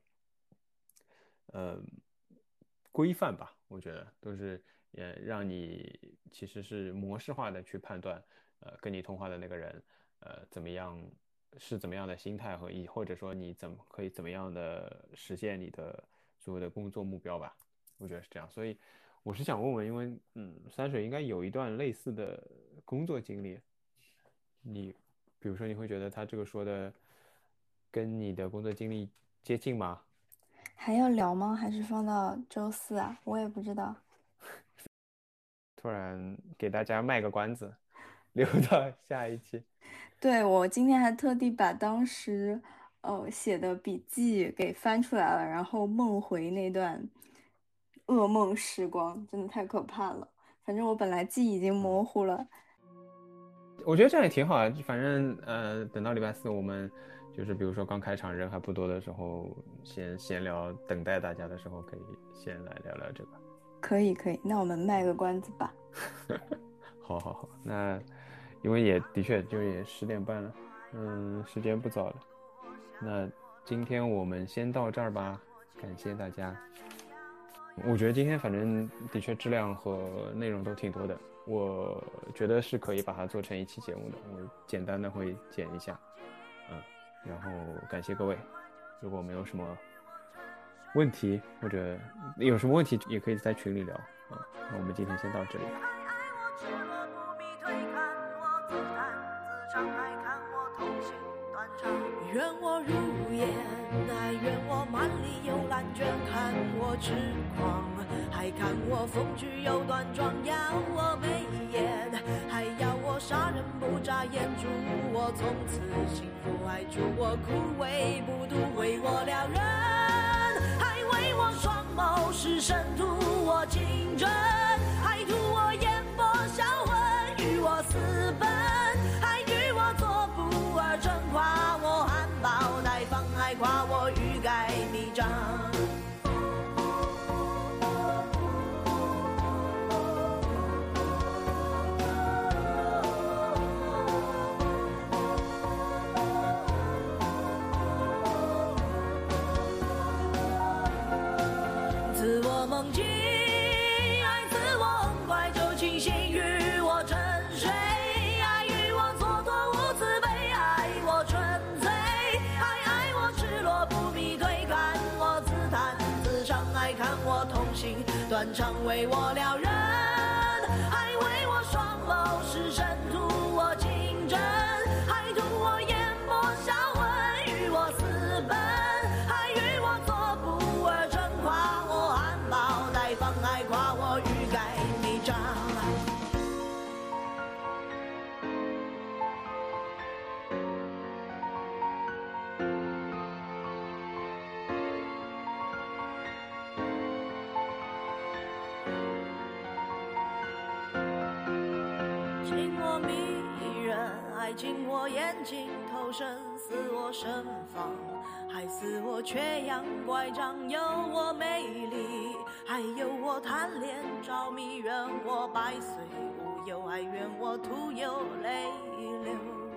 规范吧，我觉得都是也让你其实是模式化的去判断，跟你通话的那个人，怎么样是怎么样的心态或者说你可以怎么样的实现你的所有的工作目标吧，我觉得是这样。所以我是想问问，因为三水应该有一段类似的工作经历，你比如说你会觉得他这个说的跟你的工作经历接近吗？ 还要聊吗？还是放到周4啊？我也不知道。 突然给大家卖个关子，留到下一期。 对，我今天还特地把当时写的笔记给翻出来了，然后梦回那段噩梦时光，真的太可怕了。反正我本来记忆已经模糊了。 我觉得这样也挺好啊，反正等到礼拜4我们就是比如说刚开场人还不多的时候，先闲聊，等待大家的时候可以先来聊聊这个。 可以，那我们卖个关子吧。 好，那因为也的确就也10点半了，时间不早了，那今天我们先到这儿吧，感谢大家。我觉得今天反正的确质量和内容都挺多的，我觉得是可以把它做成一期节目的，我简单的会剪一下，然后感谢各位，如果没有什么问题或者有什么问题也可以在群里聊啊。那我们今天先到这里。 愿我如烟，愿我满里有蓝卷，看我痴狂，还看我风趣又端庄，要我眉眼，还要我杀人不眨眼，祝我从此幸福，还祝我枯萎不渡，为我撩人，还为我双眸是神，图我情真，还图我眼波销魂，与我私奔，还与我做不二臣，夸我含苞待放，还夸我欲盖弥彰。自我梦境，爱自我很快就清醒，与我沉睡，爱与我蹉跎无慈悲，爱我纯粹，爱我赤裸不迷退，看我自弹自唱，爱看我痛心断肠，为我撩人，还为我双眸是神，图我情真，还图我眼波销魂，与我私奔，还与我做不二臣，夸我含苞待放，还夸我欲盖弥彰。 情我迷人，爱情我眼睛投身，似我身房，还似我缺氧乖张，有我美丽，还有我贪恋着迷，愿我百岁无忧，还愿我徒有泪流。